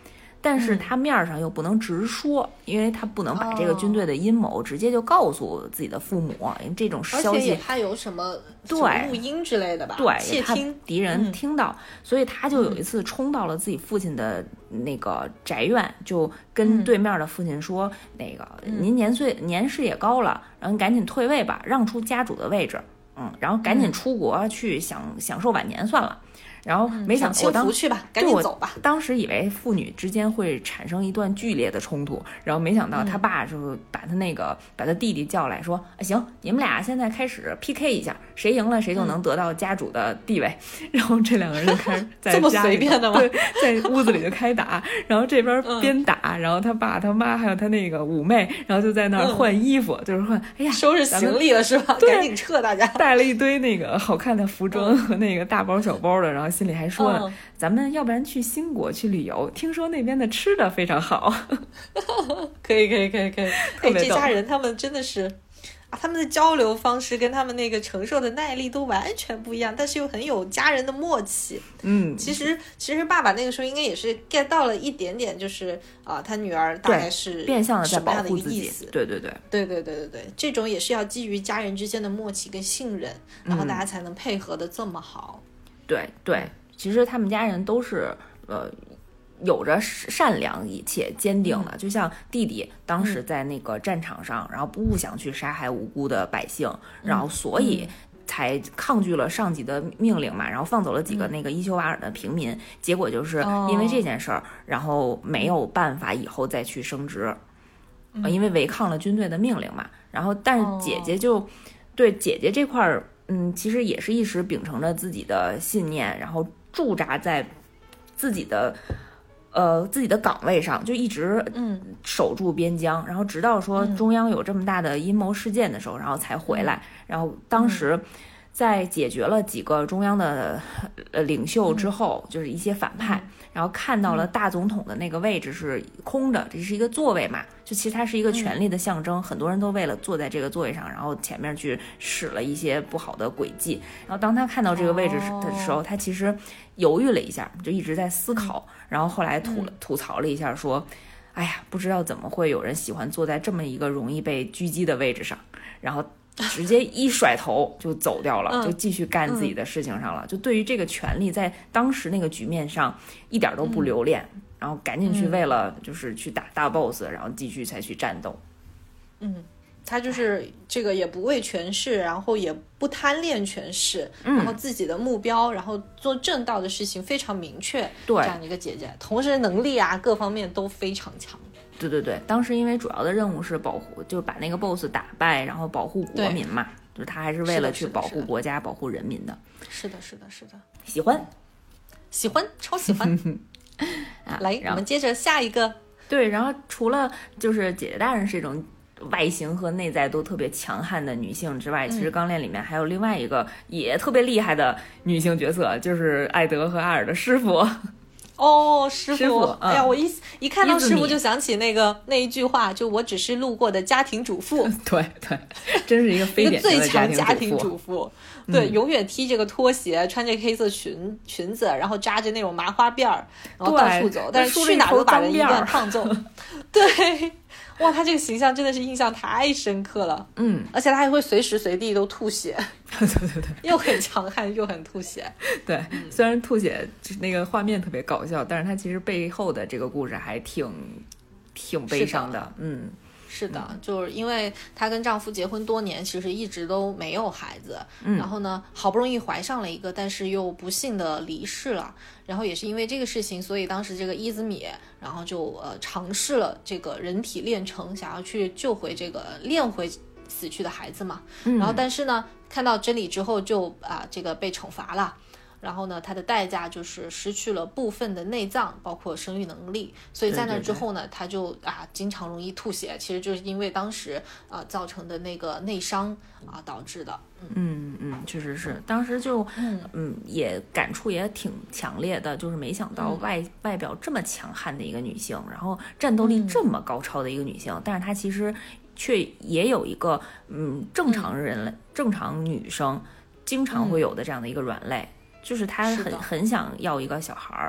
但是他面上又不能直说，嗯、因为他不能把这个军队的阴谋直接就告诉自己的父母，因为这种消息而且也怕有什么对录音之类的吧， 对， 窃听敌人听到、嗯，所以他就有一次冲到了自己父亲的那个宅院，就跟对面的父亲说：“嗯、那个您年岁年事也高了，然后赶紧退位吧，让出家主的位置，嗯，然后赶紧出国去享、嗯、享受晚年算了。”然后没想到，我当去吧，赶紧走吧。 当时以为父女之间会产生一段剧烈的冲突，然后没想到他爸就把他那个、嗯、把他弟弟叫来说：“啊，行，你们俩现在开始 P K 一下，谁赢了谁就能得到家主的地位。嗯”然后这两个人就开始在家里这么随便的吗？ 对，在屋子里就开打，然后这边边打，嗯、然后他爸他妈还有他那个五妹，然后就在那儿换衣服，嗯、就是换，哎呀， 收拾行李了是吧？赶紧撤，大家带了一堆那个好看的服装和那个大包小包的，然后心里还说呢。嗯，咱们要不然去新国去旅游，听说那边的吃的非常好。 可以可以可以可以，哎，这家人他们真的是啊，他们的交流方式跟他们那个承受的耐力都完全不一样，但是又很有家人的默契。 嗯， 其实其实爸爸那个时候应该也是 get 到了一点点，就是啊、呃，他女儿大概是变相的在保护自己。对对对对对对对对，这种也是要基于家人之间的默契跟信任，然后大家才能配合的这么好。 嗯、对对。其实他们家人都是呃有着善良且坚定的，嗯、就像弟弟当时在那个战场上，嗯、然后不想去杀害无辜的百姓，嗯、然后所以才抗拒了上级的命令嘛，然后放走了几个那个伊修瓦尔的平民，嗯、结果就是因为这件事儿，哦，然后没有办法以后再去升职，嗯、因为违抗了军队的命令嘛。然后但是姐姐就，哦、对姐姐这块儿，嗯，其实也是一直秉承着自己的信念，然后驻扎在自己的呃自己的岗位上，就一直嗯守住边疆，嗯、然后直到说中央有这么大的阴谋事件的时候，嗯、然后才回来。然后当时在解决了几个中央的呃领袖之后，嗯、就是一些反派，嗯、然后看到了大总统的那个位置是空的，这是一个座位嘛，就其实它是一个权力的象征，嗯、很多人都为了坐在这个座位上，然后前面去使了一些不好的诡计。然后当他看到这个位置的时候，哦、他其实犹豫了一下，就一直在思考，嗯、然后后来吐吐槽了一下说，哎呀，不知道怎么会有人喜欢坐在这么一个容易被狙击的位置上，然后直接一甩头就走掉了，嗯、就继续干自己的事情上了。嗯、就对于这个权利，在当时那个局面上一点都不留恋，嗯、然后赶紧去为了就是去打大 boss，嗯、然后继续才去战斗。 嗯，他就是这个也不为权势，然后也不贪恋权势，嗯、然后自己的目标，然后做正道的事情非常明确。 对， 这样的一个姐姐，同时能力啊各方面都非常强。 对对对，当时因为主要的任务是保护，就把那个 boss 打败，然后保护国民嘛，就是他还是为了去保护国家、保护人民的。 是的，是的，是的， 喜欢， 喜欢，超喜欢。啊、来，我们接着下一个。 对，然后除了就是姐姐大人是一种外形和内在都特别强悍的女性之外，嗯、其实钢炼里面还有另外一个也特别厉害的女性角色，就是艾德和阿尔的师傅。 哦，师傅， 师傅嗯、 哎呀，我一一看到师傅就想起那个那一句话，就我只是路过的家庭主妇。 对对，真是一个非典型的家庭主妇。最强家庭主妇，嗯、对，永远踢这个拖鞋，穿着黑色裙裙子，然后扎着那种麻花辫儿，然后到处走，但是去哪都把人一顿胖揍。对。哇，他这个形象真的是印象太深刻了， 嗯， 而且他还会随时随地都吐血， 对对对， 又很强悍又很吐血， 对，嗯、虽然吐血那个画面特别搞笑，但是他其实背后的这个故事还挺挺悲伤的，的嗯。 是的，就是因为她跟丈夫结婚多年，其实一直都没有孩子，嗯、然后呢，好不容易怀上了一个，但是又不幸的离世了。然后也是因为这个事情，所以当时这个伊兹米，然后就呃尝试了这个人体炼成，想要去救回这个炼回死去的孩子嘛。嗯、然后但是呢，看到真理之后就啊、呃、这个被惩罚了。然后呢，它的代价就是失去了部分的内脏，包括生育能力。所以在那之后呢，他就啊经常容易吐血，其实就是因为当时啊造成的那个内伤啊导致的。 嗯嗯，确实是，当时就嗯嗯也感触也挺强烈的，就是没想到外、嗯、外表这么强悍的一个女性，然后战斗力这么高超的一个女性，嗯、但是她其实却也有一个嗯正常人类、嗯、正常女生经常会有的这样的一个软肋。就是他很很想要一个小孩儿，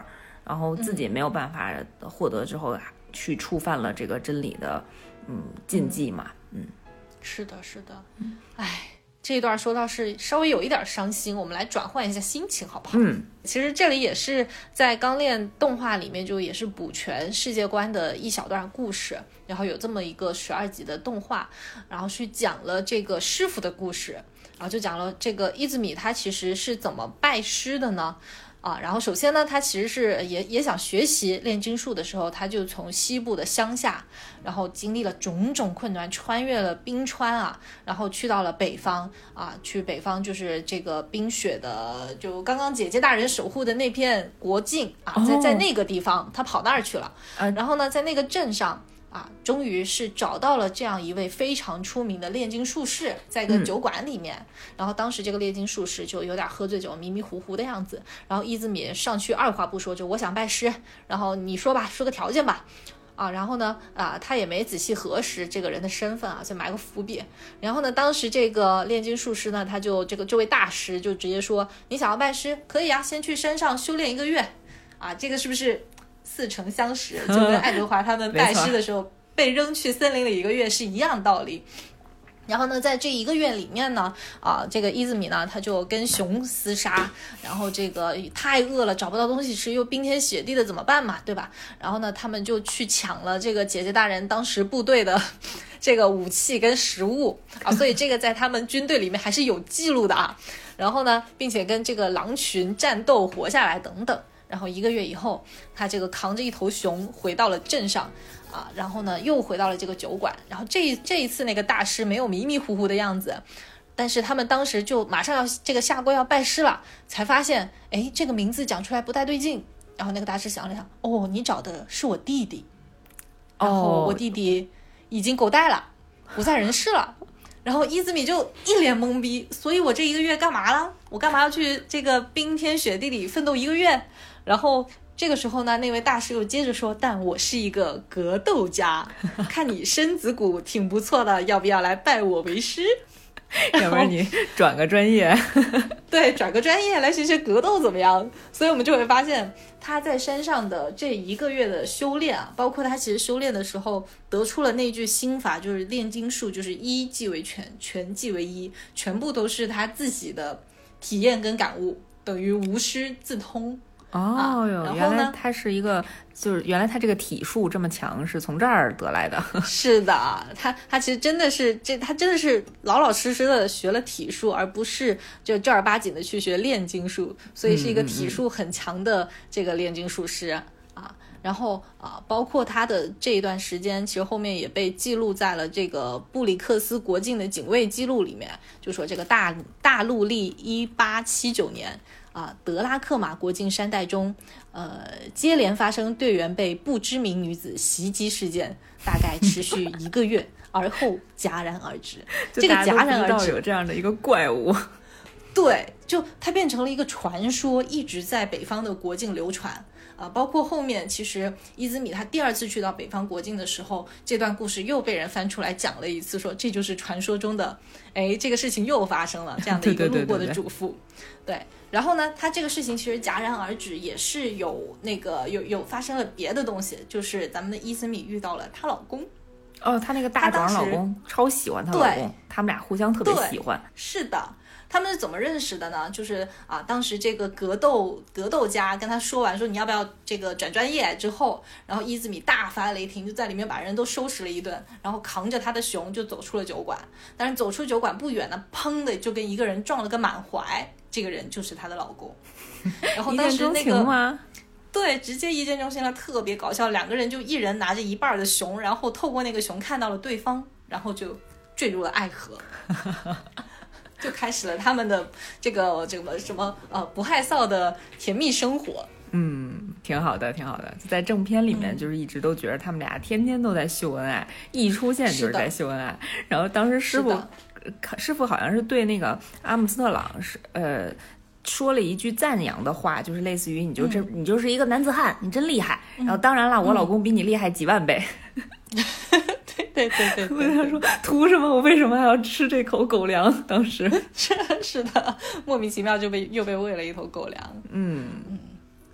然后自己没有办法获得之后，去触犯了这个真理的嗯禁忌嘛。嗯， 是的，是的。哎，这一段说到是稍微有一点伤心，我们来转换一下心情好不好？ 嗯， 其实这里也是在钢炼动画里面就也是补全世界观的一小段故事，然后有这么一个十二集的动画，然后去讲了这个师傅的故事，然后就讲了这个伊兹米他其实是怎么拜师的呢？啊，然后首先呢，他其实是也也想学习炼金术的时候，他就从西部的乡下，然后经历了种种困难，穿越了冰川啊，然后去到了北方啊，去北方就是这个冰雪的，就刚刚姐姐大人守护的那片国境啊，在在那个地方，他跑那儿去了，然后呢，在那个镇上。啊，终于是找到了这样一位非常出名的炼金术士，在一个酒馆里面、嗯、然后当时这个炼金术士就有点喝醉酒迷迷糊糊的样子，然后伊兹米上去二话不说就我想拜师，然后你说吧，说个条件吧啊，然后呢啊，他也没仔细核实这个人的身份啊，就埋个伏笔。然后呢，当时这个炼金术师呢，他就这个这位大师就直接说，你想要拜师可以啊，先去山上修炼一个月啊，这个是不是似曾相识，就跟爱德华他们拜师的时候被扔去森林里一个月是一样道理。然后呢，在这一个月里面呢，啊，这个伊兹米呢，他就跟熊厮杀，然后这个太饿了，找不到东西吃，又冰天雪地的怎么办嘛，对吧？然后呢，他们就去抢了这个姐姐大人当时部队的这个武器跟食物啊，所以这个在他们军队里面还是有记录的啊。然后呢，并且跟这个狼群战斗活下来等等。然后一个月以后，他这个扛着一头熊回到了镇上啊，然后呢又回到了这个酒馆。然后这这一次那个大师没有迷迷糊糊的样子，但是他们当时就马上要这个下跪要拜师了，才发现哎这个名字讲出来不太对劲。然后那个大师想了想，哦，你找的是我弟弟，然后我弟弟已经狗带了，不在人世了。然后伊兹米就一脸懵逼，所以我这一个月干嘛了？我干嘛要去这个冰天雪地里奋斗一个月？然后这个时候呢，那位大师又接着说，但我是一个格斗家，看你身子骨挺不错的，要不要来拜我为师？ 要不然你转个专业对，转个专业来学学格斗怎么样？所以我们就会发现他在山上的这一个月的修炼啊，包括他其实修炼的时候得出了那句心法，就是炼金术就是一即为全，全即为一，全部都是他自己的体验跟感悟，等于无师自通。 哦哟、 啊， 原来他是一个，就是原来他这个体术这么强，是从这儿得来的。 是的，他他其实真的是这，他真的是老老实实的学了体术，而不是就正儿八经的去学炼金术，所以是一个体术很强的这个炼金术师、嗯嗯、啊。然后啊，包括他的这一段时间，其实后面也被记录在了这个布里克斯国境的警卫记录里面，就说这个大大陆历一八七九年。啊，德拉克马国境山带中，呃，接连发生队员被不知名女子袭击事件，大概持续一个月，而后戛然而止。这个戛然而止， 有这样的一个怪物， 对，就它变成了一个传说，一直在北方的国境流传。啊、呃，包括后面其实伊兹米他第二次去到北方国境的时候，这段故事又被人翻出来讲了一次，说这就是传说中的，哎，这个事情又发生了这样的一个路过的嘱咐。对，然后呢，他这个事情其实戛然而止，也是有那个有有发生了别的东西，就是咱们的伊兹米遇到了她老公。 哦，她那个大壮老公超喜欢她老公，他们俩互相特别喜欢。 是的。他们是怎么认识的呢？就是啊，当时这个格斗格斗家跟他说完说你要不要这个转专业之后，然后伊兹米大发雷霆，就在里面把人都收拾了一顿，然后扛着他的熊就走出了酒馆。但是走出酒馆不远呢，砰的就跟一个人撞了个满怀，这个人就是她的老公。然后当时那个对，直接一见钟情了，特别搞笑。两个人就一人拿着一半的熊，然后透过那个熊看到了对方，然后就坠入了爱河。就开始了他们的这个这个什么呃不害臊的甜蜜生活。 嗯，挺好的，挺好的。在正片里面，就是一直都觉得他们俩天天都在秀恩爱，嗯、一出现就是在秀恩爱。然后当时师傅，师傅好像是对那个阿姆斯特朗是呃说了一句赞扬的话，就是类似于你就这、嗯、你就是一个男子汉，你真厉害。嗯、然后当然了，我老公比你厉害几万倍。嗯对对对对， 我跟他说图什么？我为什么还要吃这口狗粮？当时是是的，莫名其妙就被又被喂了一头狗粮。 嗯嗯，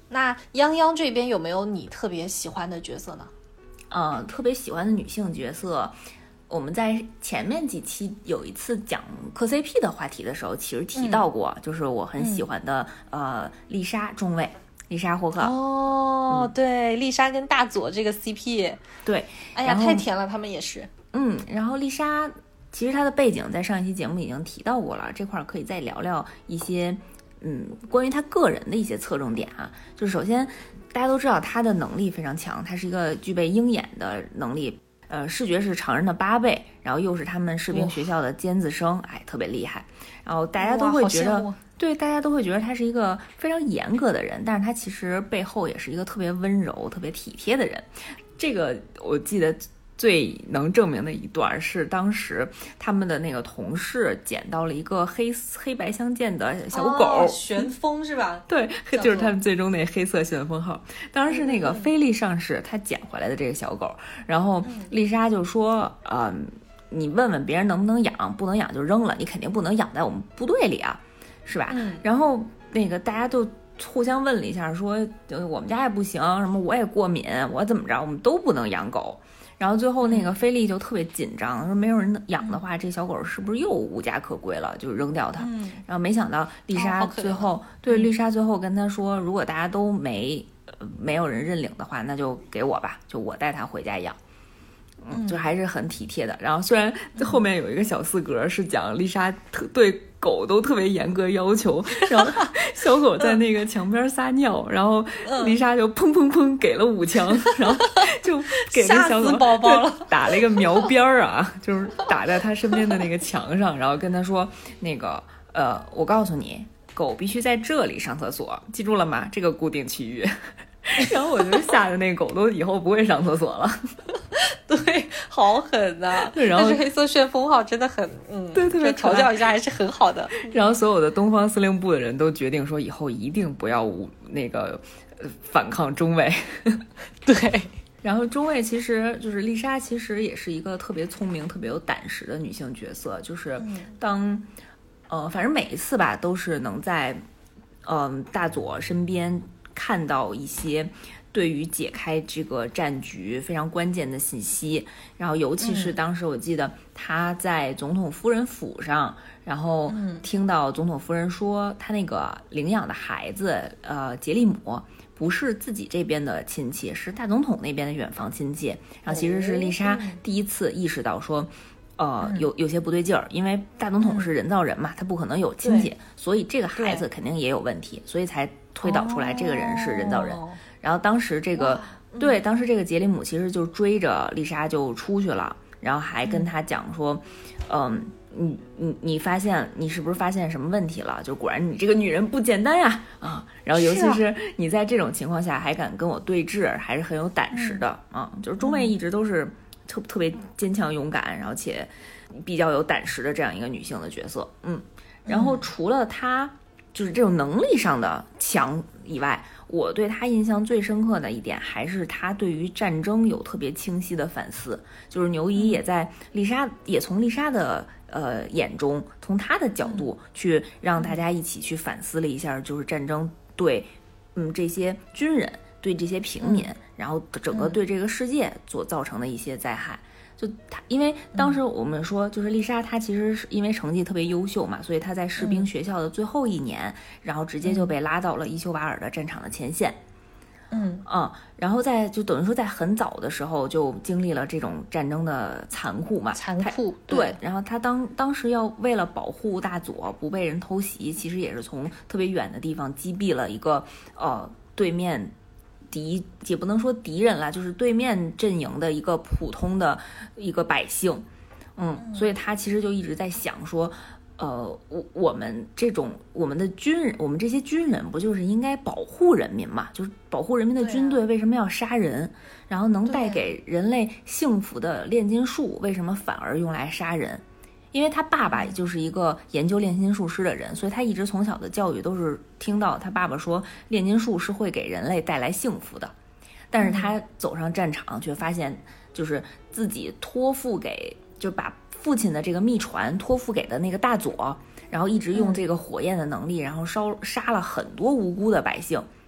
那泱泱这边有没有你特别喜欢的角色呢？ 呃，特别喜欢的女性角色，我们在前面几期有一次讲磕 C P 的话题的时候，其实提到过，嗯、就是我很喜欢的、嗯、呃丽莎中尉，丽莎霍克。 哦、嗯，对，丽莎跟大佐这个 C P， 对， 哎呀，太甜了，他们也是。 嗯，然后丽莎其实她的背景在上一期节目已经提到过了，这块可以再聊聊一些。嗯，关于他个人的一些侧重点啊，就是首先大家都知道他的能力非常强，他是一个具备鹰眼的能力，呃，视觉是常人的八倍，然后又是他们士兵学校的尖子生，哎，特别厉害。然后大家都会觉得，对，大家都会觉得他是一个非常严格的人，但是他其实背后也是一个特别温柔、特别体贴的人。这个我记得。最能证明的一段是当时他们的那个同事捡到了一个黑黑白相间的小狗， 哦、旋风是吧？ 对，就是他们最终那黑色旋风号。当时是那个菲利上士他捡回来的这个小狗，然后丽莎就说：“呃，你问问别人能不能养，不能养就扔了，你肯定不能养在我们部队里啊，是吧？”嗯、然后那个大家就互相问了一下，说我们家也不行，什么我也过敏，我怎么着，我们都不能养狗。然后最后那个菲利就特别紧张，说没有人养的话，这小狗是不是又无家可归了，就扔掉它。嗯、然后没想到丽莎最后、哦、对丽莎最后跟他说，如果大家都没、呃、没有人认领的话，那就给我吧，就我带它回家养。嗯，就还是很体贴的。然后虽然后面有一个小四格是讲丽莎特对狗都特别严格要求，然后小狗在那个墙边撒尿，然后丽莎就砰砰砰给了五枪，然后就给那小狗宝宝了打了一个苗边儿啊，就是打在他身边的那个墙上，然后跟他说那个呃，我告诉你，狗必须在这里上厕所，记住了吗？这个固定区域。然后我就吓得那狗都以后不会上厕所了。 对，好狠呐、啊！ 然后但是黑色旋风号真的很，嗯， 对，特别调教一下还是很好的。 然后所有的东方司令部的人都决定说，以后一定不要那个、呃、反抗中尉。 对。 然后中尉其实就是丽莎，其实也是一个特别聪明、特别有胆识的女性角色。就是当，呃，反正每一次吧，都是能在，嗯、呃，大佐身边看到一些对于解开这个战局非常关键的信息。然后尤其是当时我记得他在总统夫人府上，然后听到总统夫人说他那个领养的孩子，呃，杰利姆不是自己这边的亲戚，是大总统那边的远房亲戚。然后其实是丽莎第一次意识到说，呃，有有些不对劲儿，因为大总统是人造人嘛，他不可能有亲戚，所以这个孩子肯定也有问题，所以才推导出来这个人是人造人。哦、然后当时这个，对，当时这个杰里姆其实就追着丽莎就出去了，然后还跟他讲说，嗯。你你你发现你是不是发现什么问题了？就果然你这个女人不简单呀啊！然后尤其是你在这种情况下还敢跟我对峙，还是很有胆识的、嗯、啊！就是中尉一直都是特特别坚强勇敢，然后且比较有胆识的这样一个女性的角色。嗯，然后除了她就是这种能力上的强以外，我对她印象最深刻的一点还是她对于战争有特别清晰的反思。就是牛姨也在丽莎也从丽莎的呃，眼中从他的角度去让大家一起去反思了一下，就是战争对，嗯，这些军人对这些平民，然后整个对这个世界所造成的一些灾害。就他，因为当时我们说，就是丽莎她其实是因为成绩特别优秀嘛，所以她在士兵学校的最后一年，然后直接就被拉到了伊修瓦尔的战场的前线。嗯嗯，然后在就等于说在很早的时候就经历了这种战争的残酷嘛， 残酷对, 对。然后他当当时要为了保护大佐不被人偷袭，其实也是从特别远的地方击毙了一个呃对面敌，也不能说敌人啦，就是对面阵营的一个普通的一个百姓。嗯，所以他其实就一直在想说。呃，我我们这种我们的军人，我们这些军人不就是应该保护人民嘛？就是保护人民的军队为什么要杀人？啊、然后能带给人类幸福的炼金术为什么反而用来杀人？因为他爸爸就是一个研究炼金术师的人，所以他一直从小的教育都是听到他爸爸说炼金术是会给人类带来幸福的。但是他走上战场却发现，就是自己托付给，就把父亲的这个秘传托付给的那个大佐，然后一直用这个火焰的能力，然后烧杀了很多无辜的百姓，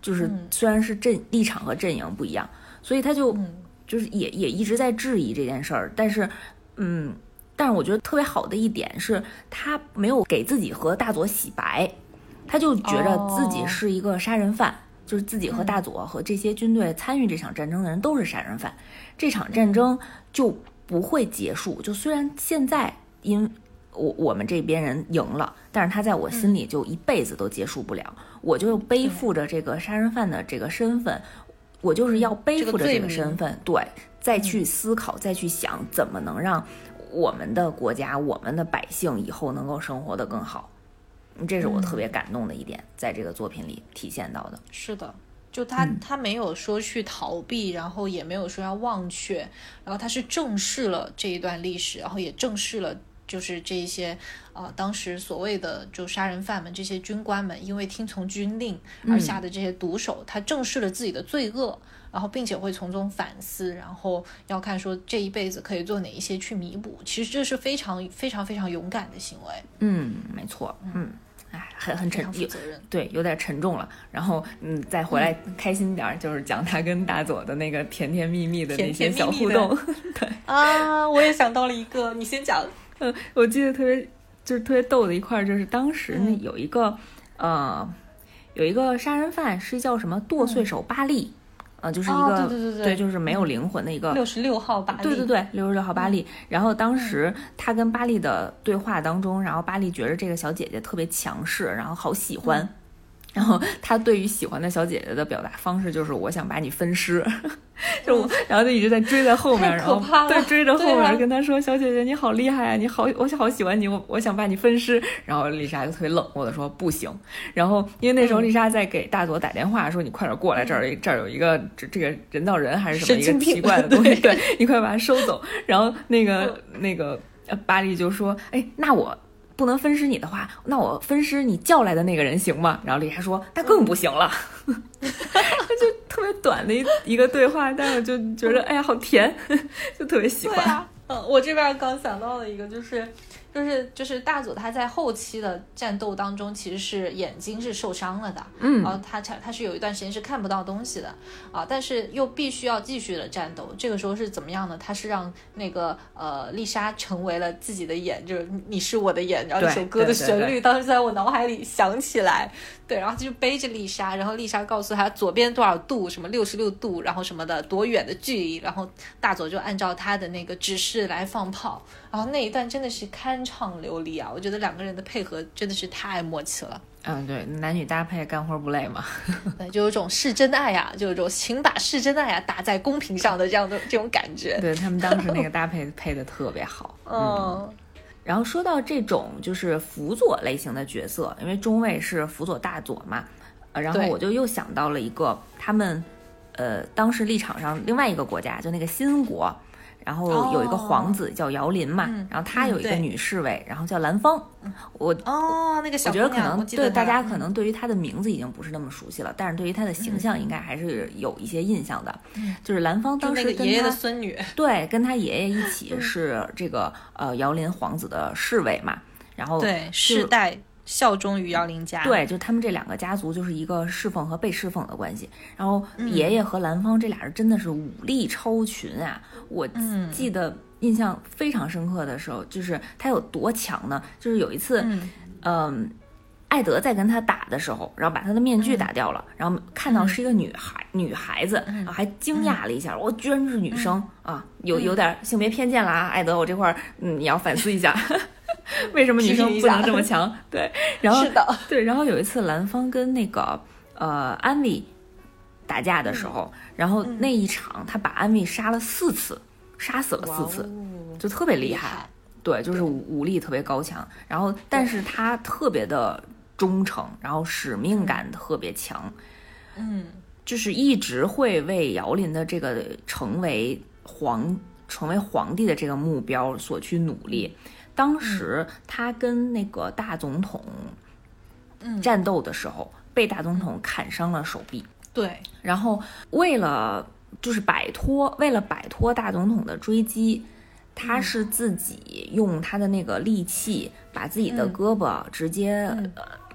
就是虽然是阵立场和阵营不一样，所以他就就是也也一直在质疑这件事儿。但是，嗯，但是我觉得特别好的一点是，他没有给自己和大佐洗白，他就觉着自己是一个杀人犯。哦，就是自己和大佐和这些军队参与这场战争的人都是杀人犯，这场战争就不会结束。就虽然现在因我我们这边人赢了，但是他在我心里就一辈子都结束不了。嗯、我就背负着这个杀人犯的这个身份，我就是要背负着这个身份，这个、对，再去思考，嗯、再去想怎么能让我们的国家、我们的百姓以后能够生活得更好。这是我特别感动的一点，嗯、在这个作品里体现到的。 是的，就他、嗯、他没有说去逃避，然后也没有说要忘却，然后他是正视了这一段历史，然后也正视了就是这一些呃当时所谓的就杀人犯们，这些军官们因为听从军令而下的这些毒手，嗯、他正视了自己的罪恶，然后并且会从中反思，然后要看说这一辈子可以做哪一些去弥补。其实这是非常非常非常勇敢的行为。 嗯，没错。嗯。哎，很很沉，有对，有点沉重了。然后，嗯，再回来开心点，嗯、就是讲他跟大佐的那个甜甜蜜蜜的那些小互动。 甜甜蜜蜜对啊，我也想到了一个，你先讲。 嗯，我记得特别就是特别逗的一块，就是当时那有一个、嗯、呃，有一个杀人犯是叫什么剁碎手巴利。嗯呃，就是一个、 哦、对, 对, 对, 对, 对就是没有灵魂的一个六十六号巴利， 对对对，六十六号巴利。嗯、然后当时他跟巴利的对话当中，然后巴利觉得这个小姐姐特别强势，然后好喜欢。嗯、然后他对于喜欢的小姐姐的表达方式就是我想把你分尸，就、嗯、然后就一直在追在后面，然后对追着后面跟他说、啊、小姐姐你好厉害啊，你好我好喜欢你，我我想把你分尸。然后丽莎就特别冷漠的说不行。然后因为那时候丽莎在给大佐打电话说你快点过来，这儿这儿有一个这这个人造人还是什么一个奇怪的东西，对，你快把它收走。然后那个那个巴利就说哎那我不能分尸你的话，那我分尸你叫来的那个人行吗？然后丽莎说那更不行了。就特别短的一一个对话，但我就觉得哎呀好甜，就特别喜欢。 对啊，嗯，我这边刚想到了一个，就是就是就是大佐他在后期的战斗当中其实是眼睛是受伤了的， 嗯， 然后他他是有一段时间是看不到东西的啊，但是又必须要继续的战斗。这个时候是怎么样呢？他是让那个呃丽莎成为了自己的眼，就是你是我的眼，然后这首歌的旋律当时在我脑海里响起来，对，然后他就背着丽莎，然后丽莎告诉他左边多少度，什么六十六度，然后什么的多远的距离，然后大佐就按照他的那个指示来放炮，然后那一段真的是酣畅流离啊！我觉得两个人的配合真的是太默契了。 嗯，对，男女搭配干活不累嘛。 对，就有种是真爱呀、啊，就有种请把是真爱呀、啊、打在公屏上的这样的这种感觉。 对，他们当时那个搭配配的特别好。嗯。嗯，然后说到这种就是辅佐类型的角色，因为中尉是辅佐大佐嘛，呃，然后我就又想到了一个他们，呃，当时立场上另外一个国家，就那个新国。然后有一个皇子叫姚林嘛， 哦、 然后他有一个女侍卫，嗯、然后叫兰芳。我哦，那个小我觉得可能对大家可嗯、 能对于他的名字已经不是那么熟悉了，但是对于他的形象应该还是有一些印象的。嗯、就是兰芳当时跟他爷爷的孙女， 对，跟他爷爷一起是这个呃姚林皇子的侍卫嘛，然后对世代。效忠于姚林家， 对，就他们这两个家族就是一个侍奉和被侍奉的关系。然后爷爷和兰芳这俩人真的是武力超群啊！我记得印象非常深刻的时候，就是他有多强呢？就是有一次，嗯、呃，艾德在跟他打的时候，然后把他的面具打掉了，嗯、然后看到是一个女孩，嗯、女孩子，然后还惊讶了一下，我、嗯、居然是女生、嗯、啊，有有点性别偏见了啊！艾德，我这块嗯，你要反思一下。为什么女生不能这么强？对，然后是的， 对，然后有一次兰芳跟那个呃安慰打架的时候，嗯、然后那一场他把安慰杀了四次，杀死了四次， 哦、 就特别厉害。 厉害对，就是武力特别高强，然后但是他特别的忠诚，然后使命感特别强， 嗯， 就是一直会为姚林的这个成为皇成为皇帝的这个目标所去努力。当时他跟那个大总统战斗的时候，嗯、被大总统砍伤了手臂。 对， 然后为了就是摆脱，为了摆脱大总统的追击，他是自己用他的那个利器把自己的胳膊直接、 嗯呃、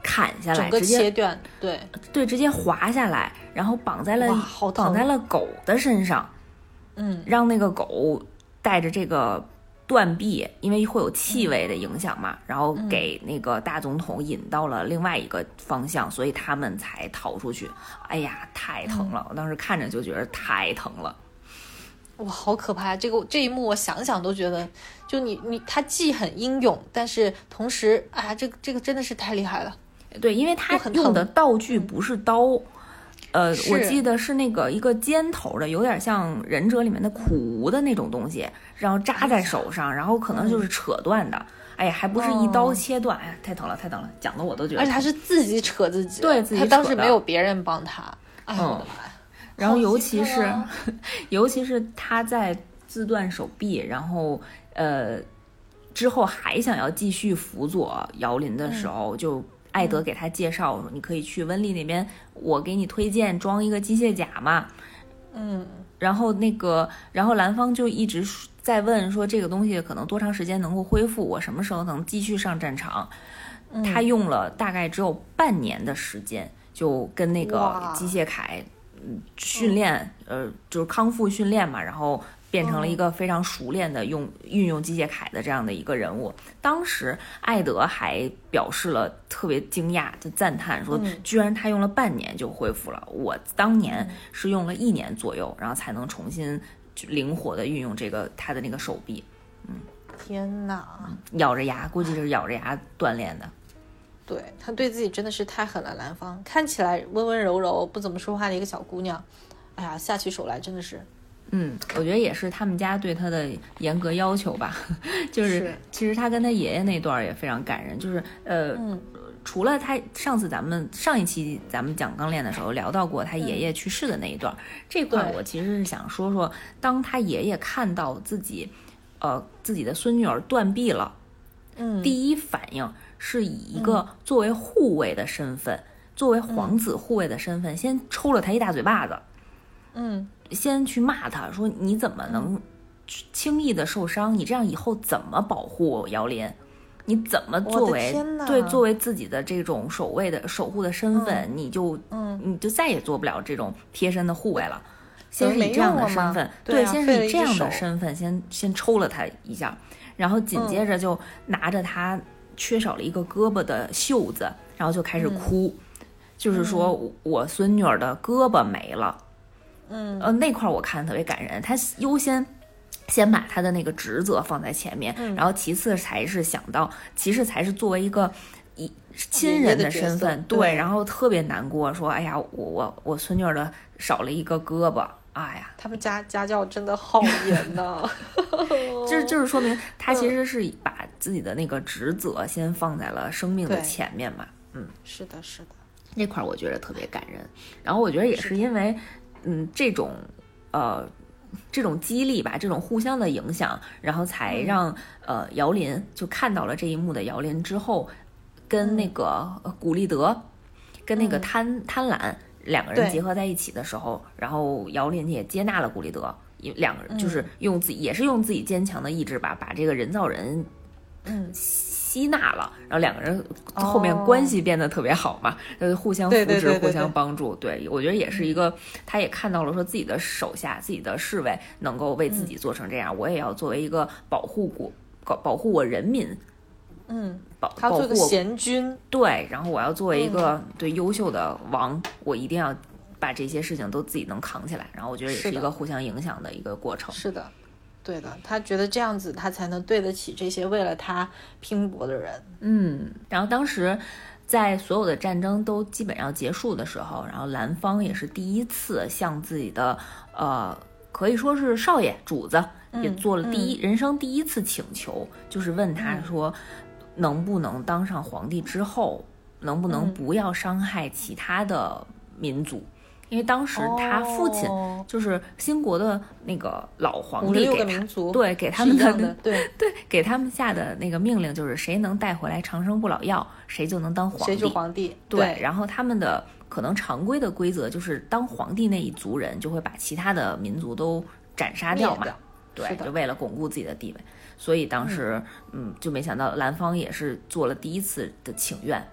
砍下来， 整个直接切断，对对，直接划下来，然后绑在了哇好疼绑在了狗的身上， 嗯让那个狗带着这个断臂，因为会有气味的影响嘛，然后给那个大总统引到了另外一个方向，所以他们才逃出去。哎呀，太疼了！我当时看着就觉得太疼了。 哇，好可怕！这个这一幕我想想都觉得，就你你他既很英勇，但是同时，哎呀，这个这个真的是太厉害了。 对，因为他又很疼用的道具不是刀，呃， 是我记得是那个一个尖头的，有点像忍者里面的苦无的那种东西，然后扎在手上，然后可能就是扯断的。哎呀，还不是一刀切断，哎呀，太疼了，太疼了，讲的我都觉得疼。 而且他是自己扯自己， 对自己扯的他当时没有别人帮他。哎呀， 嗯我的妈呀！ 然后尤其是， 好心疼啊尤其是他在自断手臂，然后呃之后还想要继续辅佐姚林的时候，就艾德给他介绍说，你可以去温丽那边，我给你推荐装一个机械甲嘛。 嗯， 然后那个，然后兰芳就一直在问说，这个东西可能多长时间能够恢复？我什么时候能继续上战场？ 嗯他用了大概只有半年的时间，就跟那个哇机械凯嗯训练，呃，就是康复训练嘛，然后变成了一个非常熟练的用运用机械凯的这样的一个人物。当时艾德还表示了特别惊讶的赞叹，说嗯居然他用了半年就恢复了，我当年是用了一年左右，然后才能重新灵活的运用这个他的那个手臂， 天哪！ 咬着牙，估计是咬着牙锻炼的。 对，他对自己真的是太狠了。兰芳看起来温温柔柔、不怎么说话的一个小姑娘，哎呀，下起手来真的是。 嗯，我觉得也是他们家对他的严格要求吧。就是是其实他跟他爷爷那段也非常感人，就是呃， 嗯除了他上次咱们上一期咱们讲钢炼的时候聊到过他爷爷去世的那一段，这块对我其实是想说说，当他爷爷看到自己呃自己的孙女儿断臂了， 嗯， 第一反应是以一个作为护卫的身份，作为皇子护卫的身份，先抽了他一大嘴巴子。 嗯， 先去骂他说你怎么能轻易的受伤？你这样以后怎么保护姚林？你怎么作我的为天哪对作为自己的这种守卫的守护的身份，你就嗯你就再也做不了这种贴身的护卫了。先是没以这样的用了吗身份， 对啊先废了一只是以这样的手身份先先抽了他一下，然后紧接着就拿着他缺少了一个胳膊的袖子，然后就开始哭，就是说我孙女儿的胳膊没了。 嗯呃，那块儿我看特别感人，他优先先把他的那个职责放在前面， 嗯然后其次才是想到，其次才是作为一个一亲人的身份， 爷爷的角色对然后特别难过，说，哎呀，我我我孙女儿的少了一个胳膊，哎呀， 他们家家教真的好严呐。 这就是说明他其实是把自己的那个职责先放在了生命的对前面嘛，嗯， 是的，是的， 那块儿我觉得特别感人，然后我觉得也是因为，嗯，这种呃这种激励吧，这种互相的影响，然后才让、 嗯、 呃姚林就看到了这一幕的姚林之后，跟那个、呃、古力德，跟那个贪、嗯、贪婪两个人结合在一起的时候，然后姚林也接纳了古力德，两个人就是用自己、嗯、也是用自己坚强的意志吧，把这个人造人嗯吸纳了，然后两个人后面关系变得特别好嘛，呃、哦，互相扶持， 对对对对对互相帮助。对，我觉得也是一个，他也看到了说自己的手下、自己的侍卫能够为自己做成这样，嗯、我也要作为一个保护国、保护我人民， 嗯， 保他做个贤君， 对，然后我要作为一个、嗯、对优秀的王，我一定要把这些事情都自己能扛起来。然后我觉得也是一个互相影响的一个过程。 是的。对的，他觉得这样子他才能对得起这些为了他拼搏的人。 嗯，然后当时在所有的战争都基本上结束的时候，然后兰芳也是第一次向自己的呃可以说是少爷主子、嗯、也做了第一、嗯、人生第一次请求，就是问他说、嗯、能不能当上皇帝之后能不能不要伤害其他的民族、嗯因为当时他父亲就是新国的那个老皇帝给他， 民族对给他们的, 的对对给他们下的那个命令就是谁能带回来长生不老药，谁就能当皇帝。 谁就皇帝。 对， 对然后他们的可能常规的规则就是当皇帝那一族人就会把其他的民族都斩杀掉嘛。对，就为了巩固自己的地位。所以当时嗯, 嗯就没想到兰芳也是做了第一次的请愿啊，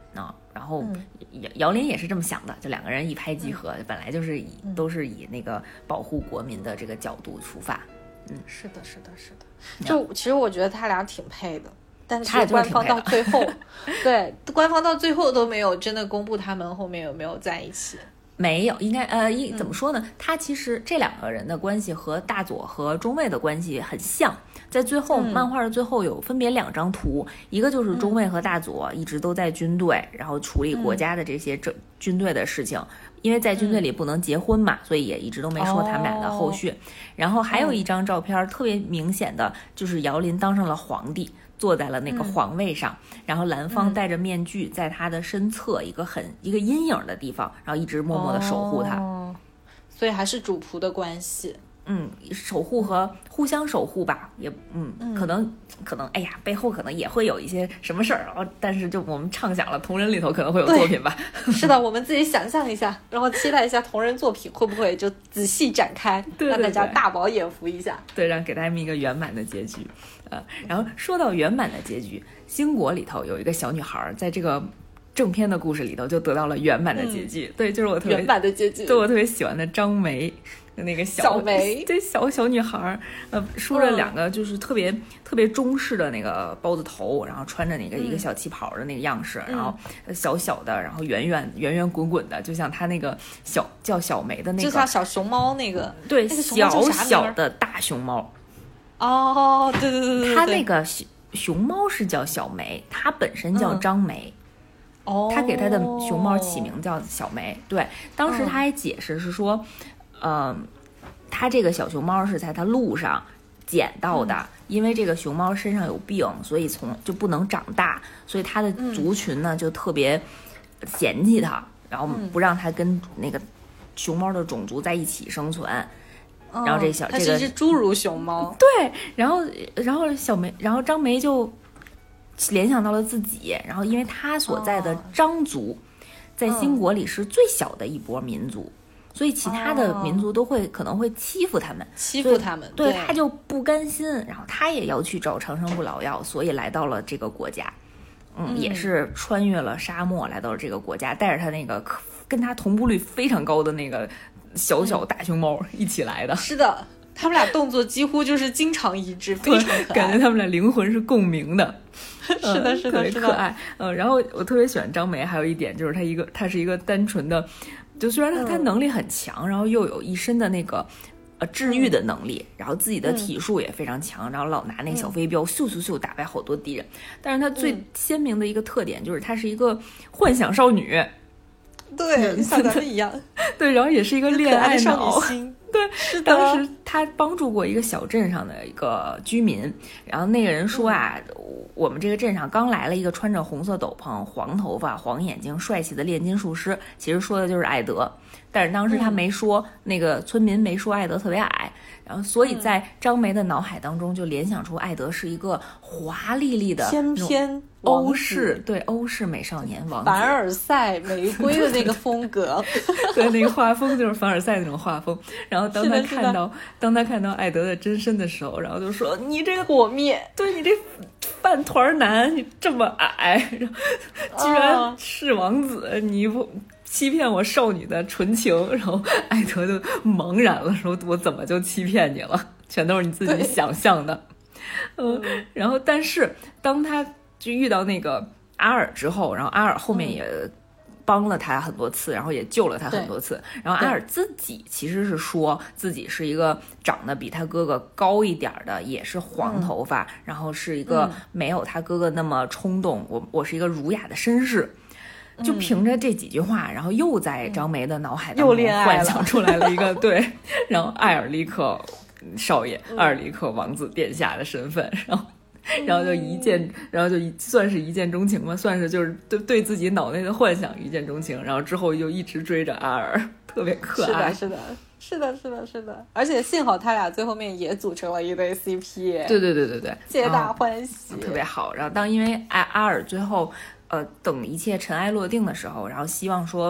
然后嗯姚姚林也是这么想的，就两个人一拍即合，嗯、本来就是以、嗯、都是以那个保护国民的这个角度出发。嗯， 是的，是的，是的。就其实我觉得他俩挺配的，但是官方到最后，对，官方到最后都没有真的公布他们后面有没有在一起。 没有，应该呃，一怎么说呢？他其实这两个人的关系和大佐和中尉的关系很像，在最后、嗯、漫画的最后有分别两张图，一个就是中尉和大佐一直都在军队，然后处理国家的这些政、嗯、军队的事情。因为在军队里不能结婚嘛、嗯，所以也一直都没说他们俩的后续。哦、然后还有一张照片，特别明显的就是姚林当上了皇帝。坐在了那个皇位上、嗯、然后蓝方戴着面具、嗯、在他的身侧一个很一个阴影的地方，然后一直默默的守护他、 哦、所以还是主仆的关系。 嗯，守护和互相守护吧，也 嗯, 嗯可能可能哎呀背后可能也会有一些什么事儿，但是就我们畅想了同人里头可能会有作品吧。 是的，我们自己想象一下，然后期待一下同人作品会不会就仔细展开， 对对对， 让大家大饱眼福一下。 对，让给他们一个圆满的结局。呃，然后说到圆满的结局，兴国里头有一个小女孩，在这个正片的故事里头就得到了圆满的结局、嗯、对，就是我特别圆满的结局， 对，我特别喜欢的张梅那个小小梅， 对，小小女孩，呃，梳着两个就是特别、嗯、特别中式的那个包子头，然后穿着那个一个小旗袍的那个样式、嗯、然后小小的，然后圆圆圆圆滚滚的，就像她那个小叫小梅的那个， 就像小熊猫那个， 对， 那个小小的大熊猫。 哦，对对对对对， 她那个熊猫是叫小梅，她本身叫张梅。 哦、嗯， 她给她的熊猫起名叫小梅。对，当时她还解释是说。嗯，他这个小熊猫是在他路上捡到的、嗯、因为这个熊猫身上有病，所以从就不能长大，所以他的族群呢、嗯、就特别嫌弃他，然后不让他跟那个熊猫的种族在一起生存、嗯、然后这小、 它这个是一只侏儒熊猫， 对，然后然后小梅然后张梅就联想到了自己，然后因为他所在的张族、哦、在兴国里是最小的一波民族、嗯，所以其他的民族都会、哦、可能会欺负他们， 欺负他们， 对，他就不甘心，然后他也要去找长生不老药，所以来到了这个国家，嗯，嗯也是穿越了沙漠来到了这个国家，带着他那个跟他同步率非常高的那个小小大熊猫、嗯、一起来的。 是的，他们俩动作几乎就是经常一致，非常可爱， 感觉他们俩灵魂是共鸣的。 是的，是的， 特别可爱。嗯，然后我特别喜欢张梅，还有一点就是她一个，她是一个单纯的。就虽然他他能力很强、嗯、然后又有一身的那个呃治愈的能力、嗯、然后自己的体术也非常强、嗯、然后老拿那个小飞镖、嗯、咻咻咻打败好多敌人，但是他最鲜明的一个特点就是他是一个幻想少女， 对，像咱们一样， 对，然后也是一个恋爱脑，对， 是的。 当时他帮助过一个小镇上的一个居民，然后那个人说啊、嗯、我们这个镇上刚来了一个穿着红色斗篷、黄头发、黄眼睛、帅气的炼金术师，其实说的就是艾德，但是当时他没说、嗯、那个村民没说艾德特别矮，然后所以在张梅的脑海当中就联想出艾德是一个华丽丽的翩翩欧式，对，欧式美少年王子， 凡尔赛玫瑰的那个风格对，那个画风就是凡尔赛那种画风，然后当他看到当他看到艾德的真身的时候，然后就说你这个火灭， 对，你这饭团男，你这么矮，居然是王子、哦、你不欺骗我少女的纯情，然后艾德就茫然了，说我怎么就欺骗你了，全都是你自己想象的。嗯、呃，然后但是当他就遇到那个阿尔之后，然后阿尔后面也帮了他很多次，然后也救了他很多次，然后阿尔自己其实是说自己是一个长得比他哥哥高一点的，也是黄头发、嗯、然后是一个没有他哥哥那么冲动、嗯、我我是一个儒雅的绅士，就凭着这几句话，然后又在张梅的脑海当中幻想出来了一个对，然后艾尔利克少爷、嗯、艾尔利克王子殿下的身份，然后然后就一见，然后就一算是一见钟情嘛，算是就是对对自己脑内的幻想一见钟情，然后之后又一直追着阿尔，特别可爱。 是的，是的，是的，是的，是的。而且幸好他俩最后面也组成了一对 C P。 对对对对对， 皆大欢喜， 特别好。然后当因为阿阿尔最后呃等一切尘埃落定的时候，然后希望说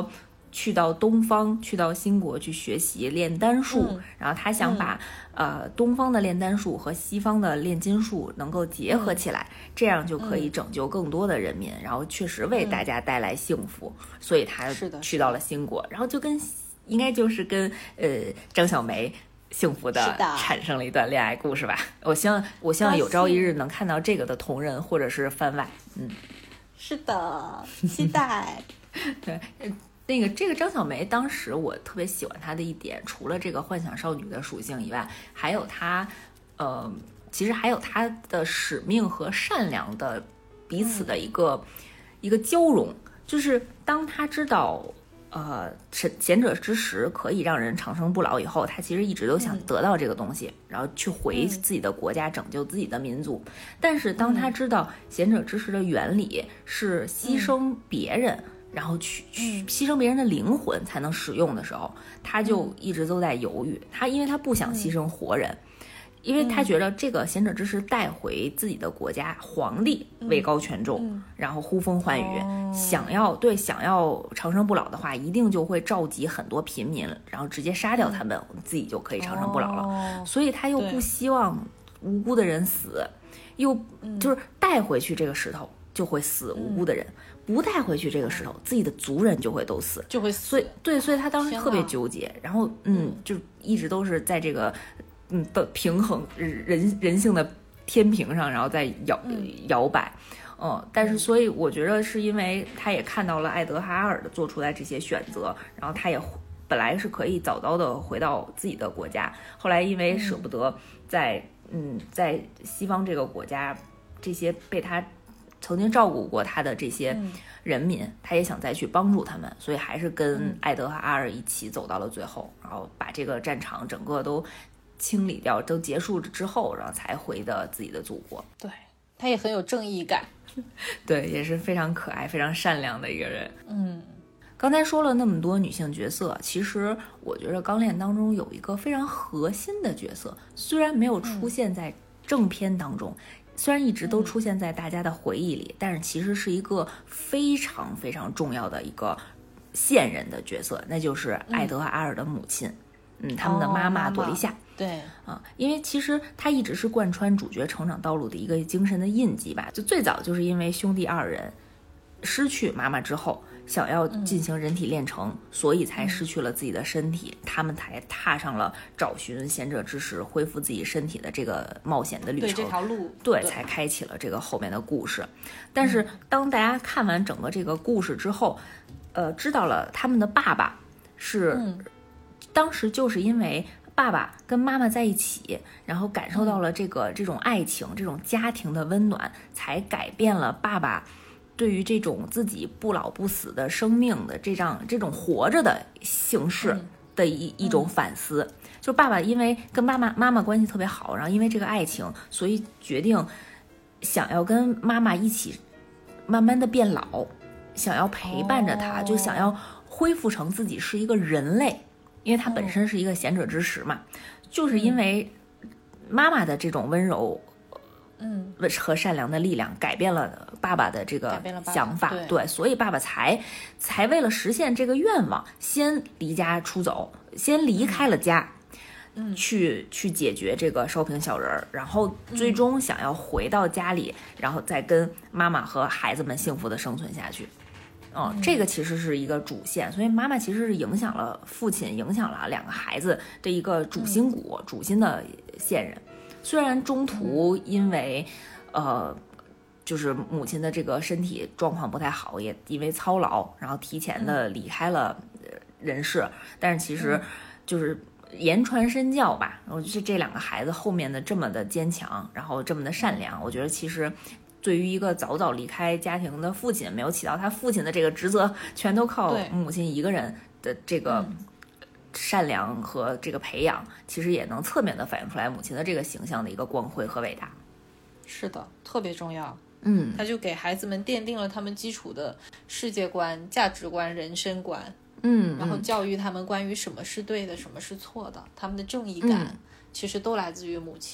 去到东方，去到新国去学习炼丹术， 嗯、 然后他想把、嗯、呃东方的炼丹术和西方的炼金术能够结合起来，嗯、这样就可以拯救更多的人民，嗯、然后确实为大家带来幸福，嗯、所以他去到了新国，然后就跟应该就是跟呃张小梅幸福的产生了一段恋爱故事吧。我希望我希望有朝一日能看到这个的同人或者是番外。嗯， 是的，期待。 对，那个这个张小梅当时我特别喜欢她的一点，除了这个幻想少女的属性以外，还有她呃其实还有她的使命和善良的彼此的一个、嗯、一个交融，就是当她知道呃，贤者之石可以让人长生不老以后，他其实一直都想得到这个东西，嗯、然后去回自己的国家，拯救自己的民族。嗯、但是当他知道贤者之石的原理是牺牲别人，嗯、然后去去牺牲别人的灵魂才能使用的时候，他就一直都在犹豫。他因为他不想牺牲活人。嗯因为他觉得这个贤者之石带回自己的国家，皇帝位高权重， 嗯、 然后呼风唤雨， 哦、 想要对想要长生不老的话，一定就会召集很多平民，然后直接杀掉他们，嗯、自己就可以长生不老了。 哦、 所以他又不希望无辜的人死，又就是带回去这个石头就会死无辜的人，嗯、不带回去这个石头，自己的族人就会都死， 就会死。 所以对，所以他当时特别纠结，然后嗯，就一直都是在这个。嗯的平衡人人性的天平上，然后再摇、嗯、摇摆，嗯，但是所以我觉得是因为他也看到了爱德哈尔的做出来这些选择，然后他也本来是可以早早的回到自己的国家，后来因为舍不得在嗯在西方这个国家这些被他曾经照顾过他的这些人民，嗯、他也想再去帮助他们，所以还是跟爱德和阿尔一起走到了最后，然后把这个战场整个都清理掉，都结束之后，然后才回的自己的祖国。 对，他也很有正义感。 对，也是非常可爱非常善良的一个人。 嗯， 刚才说了那么多女性角色，其实我觉得钢炼当中有一个非常核心的角色，虽然没有出现在正片当中，嗯、虽然一直都出现在大家的回忆里，嗯、但是其实是一个非常非常重要的一个现人的角色，那就是艾德和阿尔的母亲。嗯嗯，他们的妈妈朵莉夏，哦、 对啊，因为其实她一直是贯穿主角成长道路的一个精神的印记吧。就最早就是因为兄弟二人失去妈妈之后，想要进行人体炼成，嗯、所以才失去了自己的身体，嗯、他们才踏上了找寻贤者之石、恢复自己身体的这个冒险的旅程。 对这条路， 对，才开启了这个后面的故事。但是当大家看完整个这个故事之后，呃，知道了他们的爸爸是。嗯当时就是因为爸爸跟妈妈在一起，然后感受到了这个、嗯、这种爱情这种家庭的温暖，才改变了爸爸对于这种自己不老不死的生命的这样这种活着的形式的一、嗯、一种反思。就爸爸因为跟妈妈妈妈关系特别好，然后因为这个爱情，所以决定想要跟妈妈一起慢慢的变老，想要陪伴着她、哦、就想要恢复成自己是一个人类，因为他本身是一个贤者之石嘛，嗯、就是因为妈妈的这种温柔， 嗯， 和善良的力量改变了爸爸的这个想法， 对, 对，所以爸爸才才为了实现这个愿望，先离家出走，先离开了家， 嗯， 去去解决这个烧瓶小人儿，然后最终想要回到家里，嗯、然后再跟妈妈和孩子们幸福的生存下去。哦，这个其实是一个主线，所以妈妈其实是影响了父亲，影响了两个孩子的一个主心骨、嗯、主心的线人。虽然中途因为，呃，就是母亲的这个身体状况不太好，也因为操劳，然后提前的离开了人世，嗯、但是其实就是言传身教吧。我觉得这两个孩子后面的这么的坚强，然后这么的善良，我觉得其实。对于一个早早离开家庭的父亲，没有起到他父亲的这个职责，全都靠母亲一个人的这个善良和这个培养，嗯、其实也能侧面的反映出来母亲的这个形象的一个光辉和伟大。 是的，特别重要。 嗯， 他就给孩子们奠定了他们基础的世界观、价值观、人生观。 嗯， 然后教育他们关于什么是对的，什么是错的，他们的正义感，嗯、其实都来自于母亲。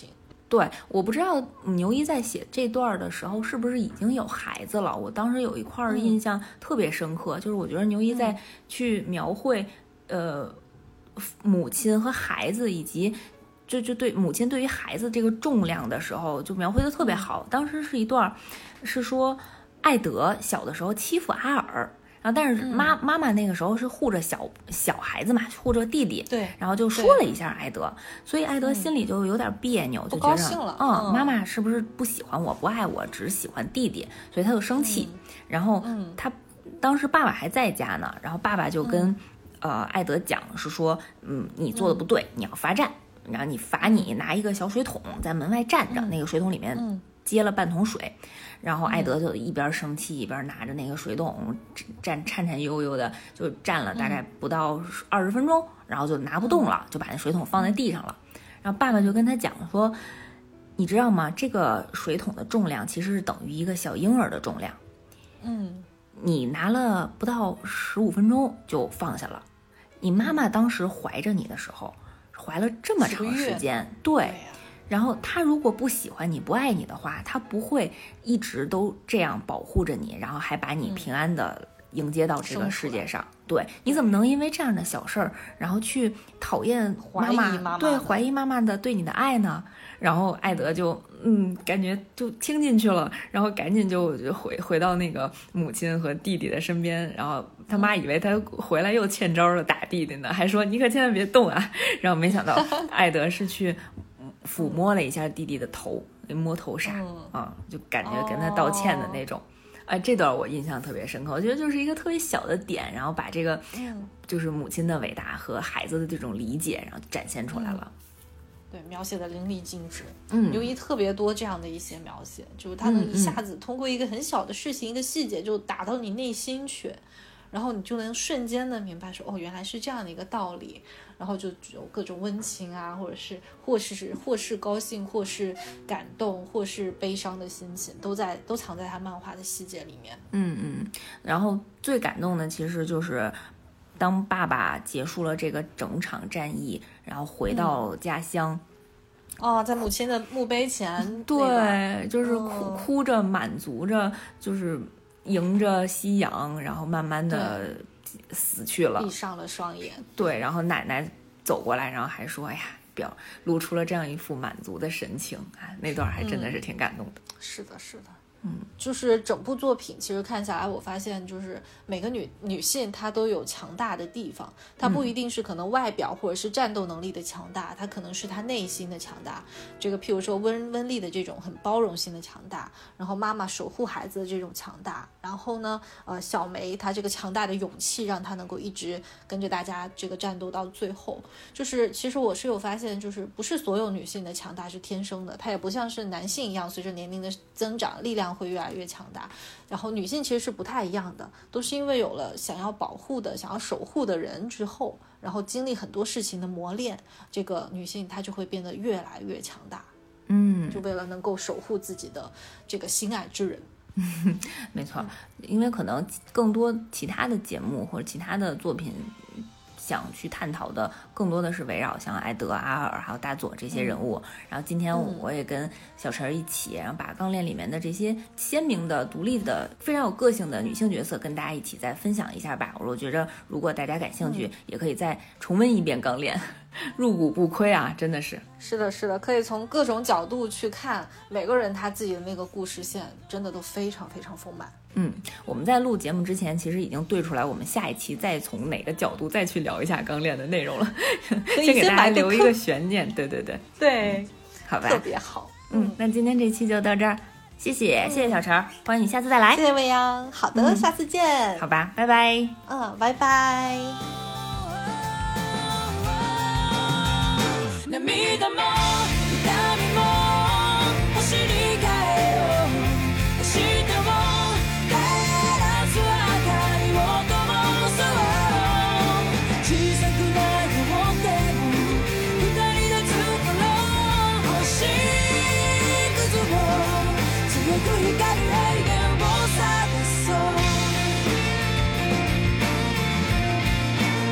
对，我不知道牛一在写这段的时候是不是已经有孩子了。我当时有一块印象特别深刻，嗯、就是我觉得牛一在去描绘，嗯、呃，母亲和孩子以及就就对母亲对于孩子这个重量的时候，就描绘的特别好。嗯、当时是一段，是说艾德小的时候欺负阿尔。然后，但是妈、嗯、妈妈那个时候是护着小小孩子嘛，护着弟弟， 对， 然后就说了一下艾德，所以艾德心里就有点别扭，嗯、就觉得，嗯，嗯妈妈是不是不喜欢我，不爱我，只喜欢弟弟，所以他就生气。嗯、然后他、嗯、当时爸爸还在家呢，然后爸爸就跟、嗯、呃艾德讲，是说，嗯，你做的不对，嗯、你要罚站，然后你罚你拿一个小水桶在门外站着，嗯、那个水桶里面。嗯接了半桶水，然后艾德就一边生气、嗯、一边拿着那个水桶站颤颤悠悠的就站了大概不到二十分钟、嗯、然后就拿不动了，就把那水桶放在地上了。然后爸爸就跟他讲说，你知道吗，这个水桶的重量其实是等于一个小婴儿的重量， 嗯， 你拿了不到十五分钟就放下了，你妈妈当时怀着你的时候怀了这么长时间，对，然后他如果不喜欢你不爱你的话，他不会一直都这样保护着你，然后还把你平安的迎接到这个世界上。对，你怎么能因为这样的小事儿然后去讨厌妈妈， 怀疑妈妈对，怀疑妈妈的对你的爱呢？然后艾德就嗯感觉就听进去了，然后赶紧就就回回到那个母亲和弟弟的身边，然后他妈以为他回来又欠招了打弟弟呢，还说你可千万别动啊，然后没想到艾德是去抚摸了一下弟弟的头，摸头杀、嗯、啊，就感觉跟他道歉的那种。哎、哦啊，这段我印象特别深刻，我觉得就是一个特别小的点，然后把这个、嗯、就是母亲的伟大和孩子的这种理解，然后展现出来了。 嗯、对，描写的淋漓尽致。 嗯， 由于特别多这样的一些描写，就是他能一下子通过一个很小的事情、嗯、一个细节就打到你内心去。然后你就能瞬间的明白说，哦，原来是这样的一个道理，然后就有各种温情啊，或者是或是或是高兴，或是感动，或是悲伤的心情，都在都藏在他漫画的细节里面。 嗯嗯，然后最感动的其实就是当爸爸结束了这个整场战役，然后回到家乡。 嗯、哦，在母亲的墓碑前， 对，就是哭、嗯、哭着满足着，就是迎着夕阳，然后慢慢的死去了， 闭上了双眼。 对，然后奶奶走过来，然后还说：“哎呀，表露出了这样一副满足的神情啊！”那段还真的是挺感动的。 嗯、是的，是的。 嗯， 就是整部作品其实看下来，我发现就是每个女女性她都有强大的地方，她不一定是可能外表或者是战斗能力的强大，她可能是她内心的强大。这个譬如说温温丽的这种很包容性的强大，然后妈妈守护孩子的这种强大，然后呢，呃，小梅她这个强大的勇气让她能够一直跟着大家这个战斗到最后。就是其实我是有发现，就是不是所有女性的强大是天生的，她也不像是男性一样随着年龄的增长力量会越来越强大，然后女性其实是不太一样的，都是因为有了想要保护的想要守护的人之后，然后经历很多事情的磨练，这个女性她就会变得越来越强大。 嗯， 就为了能够守护自己的这个心爱之人。 没错，因为可能更多其他的节目或者其他的作品想去探讨的更多的是围绕像艾德、阿尔还有大佐这些人物、嗯、然后今天我也跟小陈一起、嗯、然后把钢炼里面的这些鲜明的独立的非常有个性的女性角色跟大家一起再分享一下吧。我觉得如果大家感兴趣、嗯、也可以再重温一遍钢炼，入股不亏啊，真的是。 是的是的，可以从各种角度去看每个人他自己的那个故事线，真的都非常非常丰满。 嗯，我们在录节目之前其实已经对出来我们下一期再从哪个角度再去聊一下钢炼的内容了，先给大家留一个悬念。对对对对、嗯、 好吧， 特别好。 嗯，那今天这期就到这儿，谢谢、嗯、谢谢小陈，欢迎你下次再来。 谢谢未央，好的、嗯、下次见。 好吧，拜拜。 嗯，拜拜。 涙も痛みも星に変えよう、明日も照らす明かりを灯そう。小さくないと思っても二人で作ろう星屑も強く光る永遠を探そう。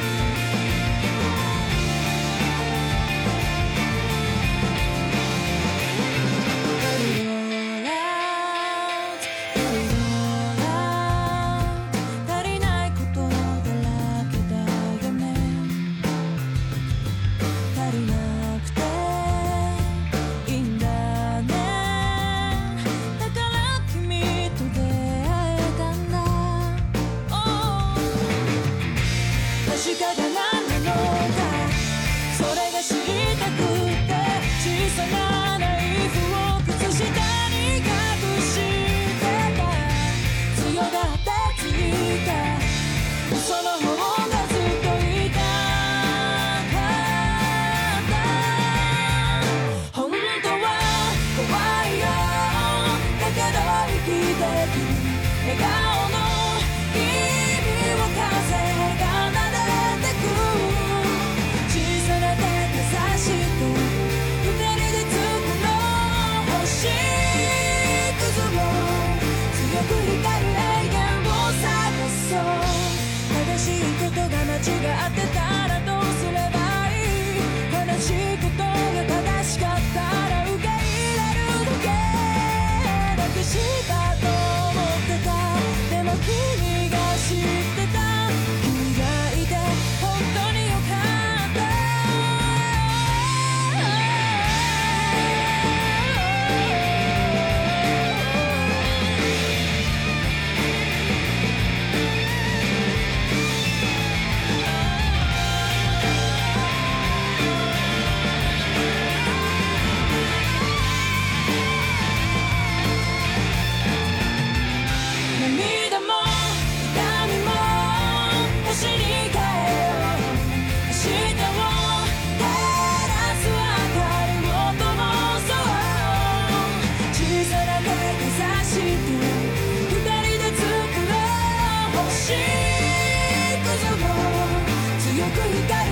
じゃないのかそれが知りたくて小さなナイフを靴下に隠してた強がってついた嘘の方がずっと痛かった本当は怖いよだけど生きてく笑顔の君を風が撫でてく小さな手かざして二人で作ろう星屑を強く光る永遠を探そう正しいことが間違ってたらどうすればいい悲しいことが正しかったら受け入れるだけだけしたと思ってたでも君が知ってた君がいて本当によかった涙も痛みも星に変えよう明日を照らす明かりを灯そう小さな手かざして二人で作ろう星屑を強く光る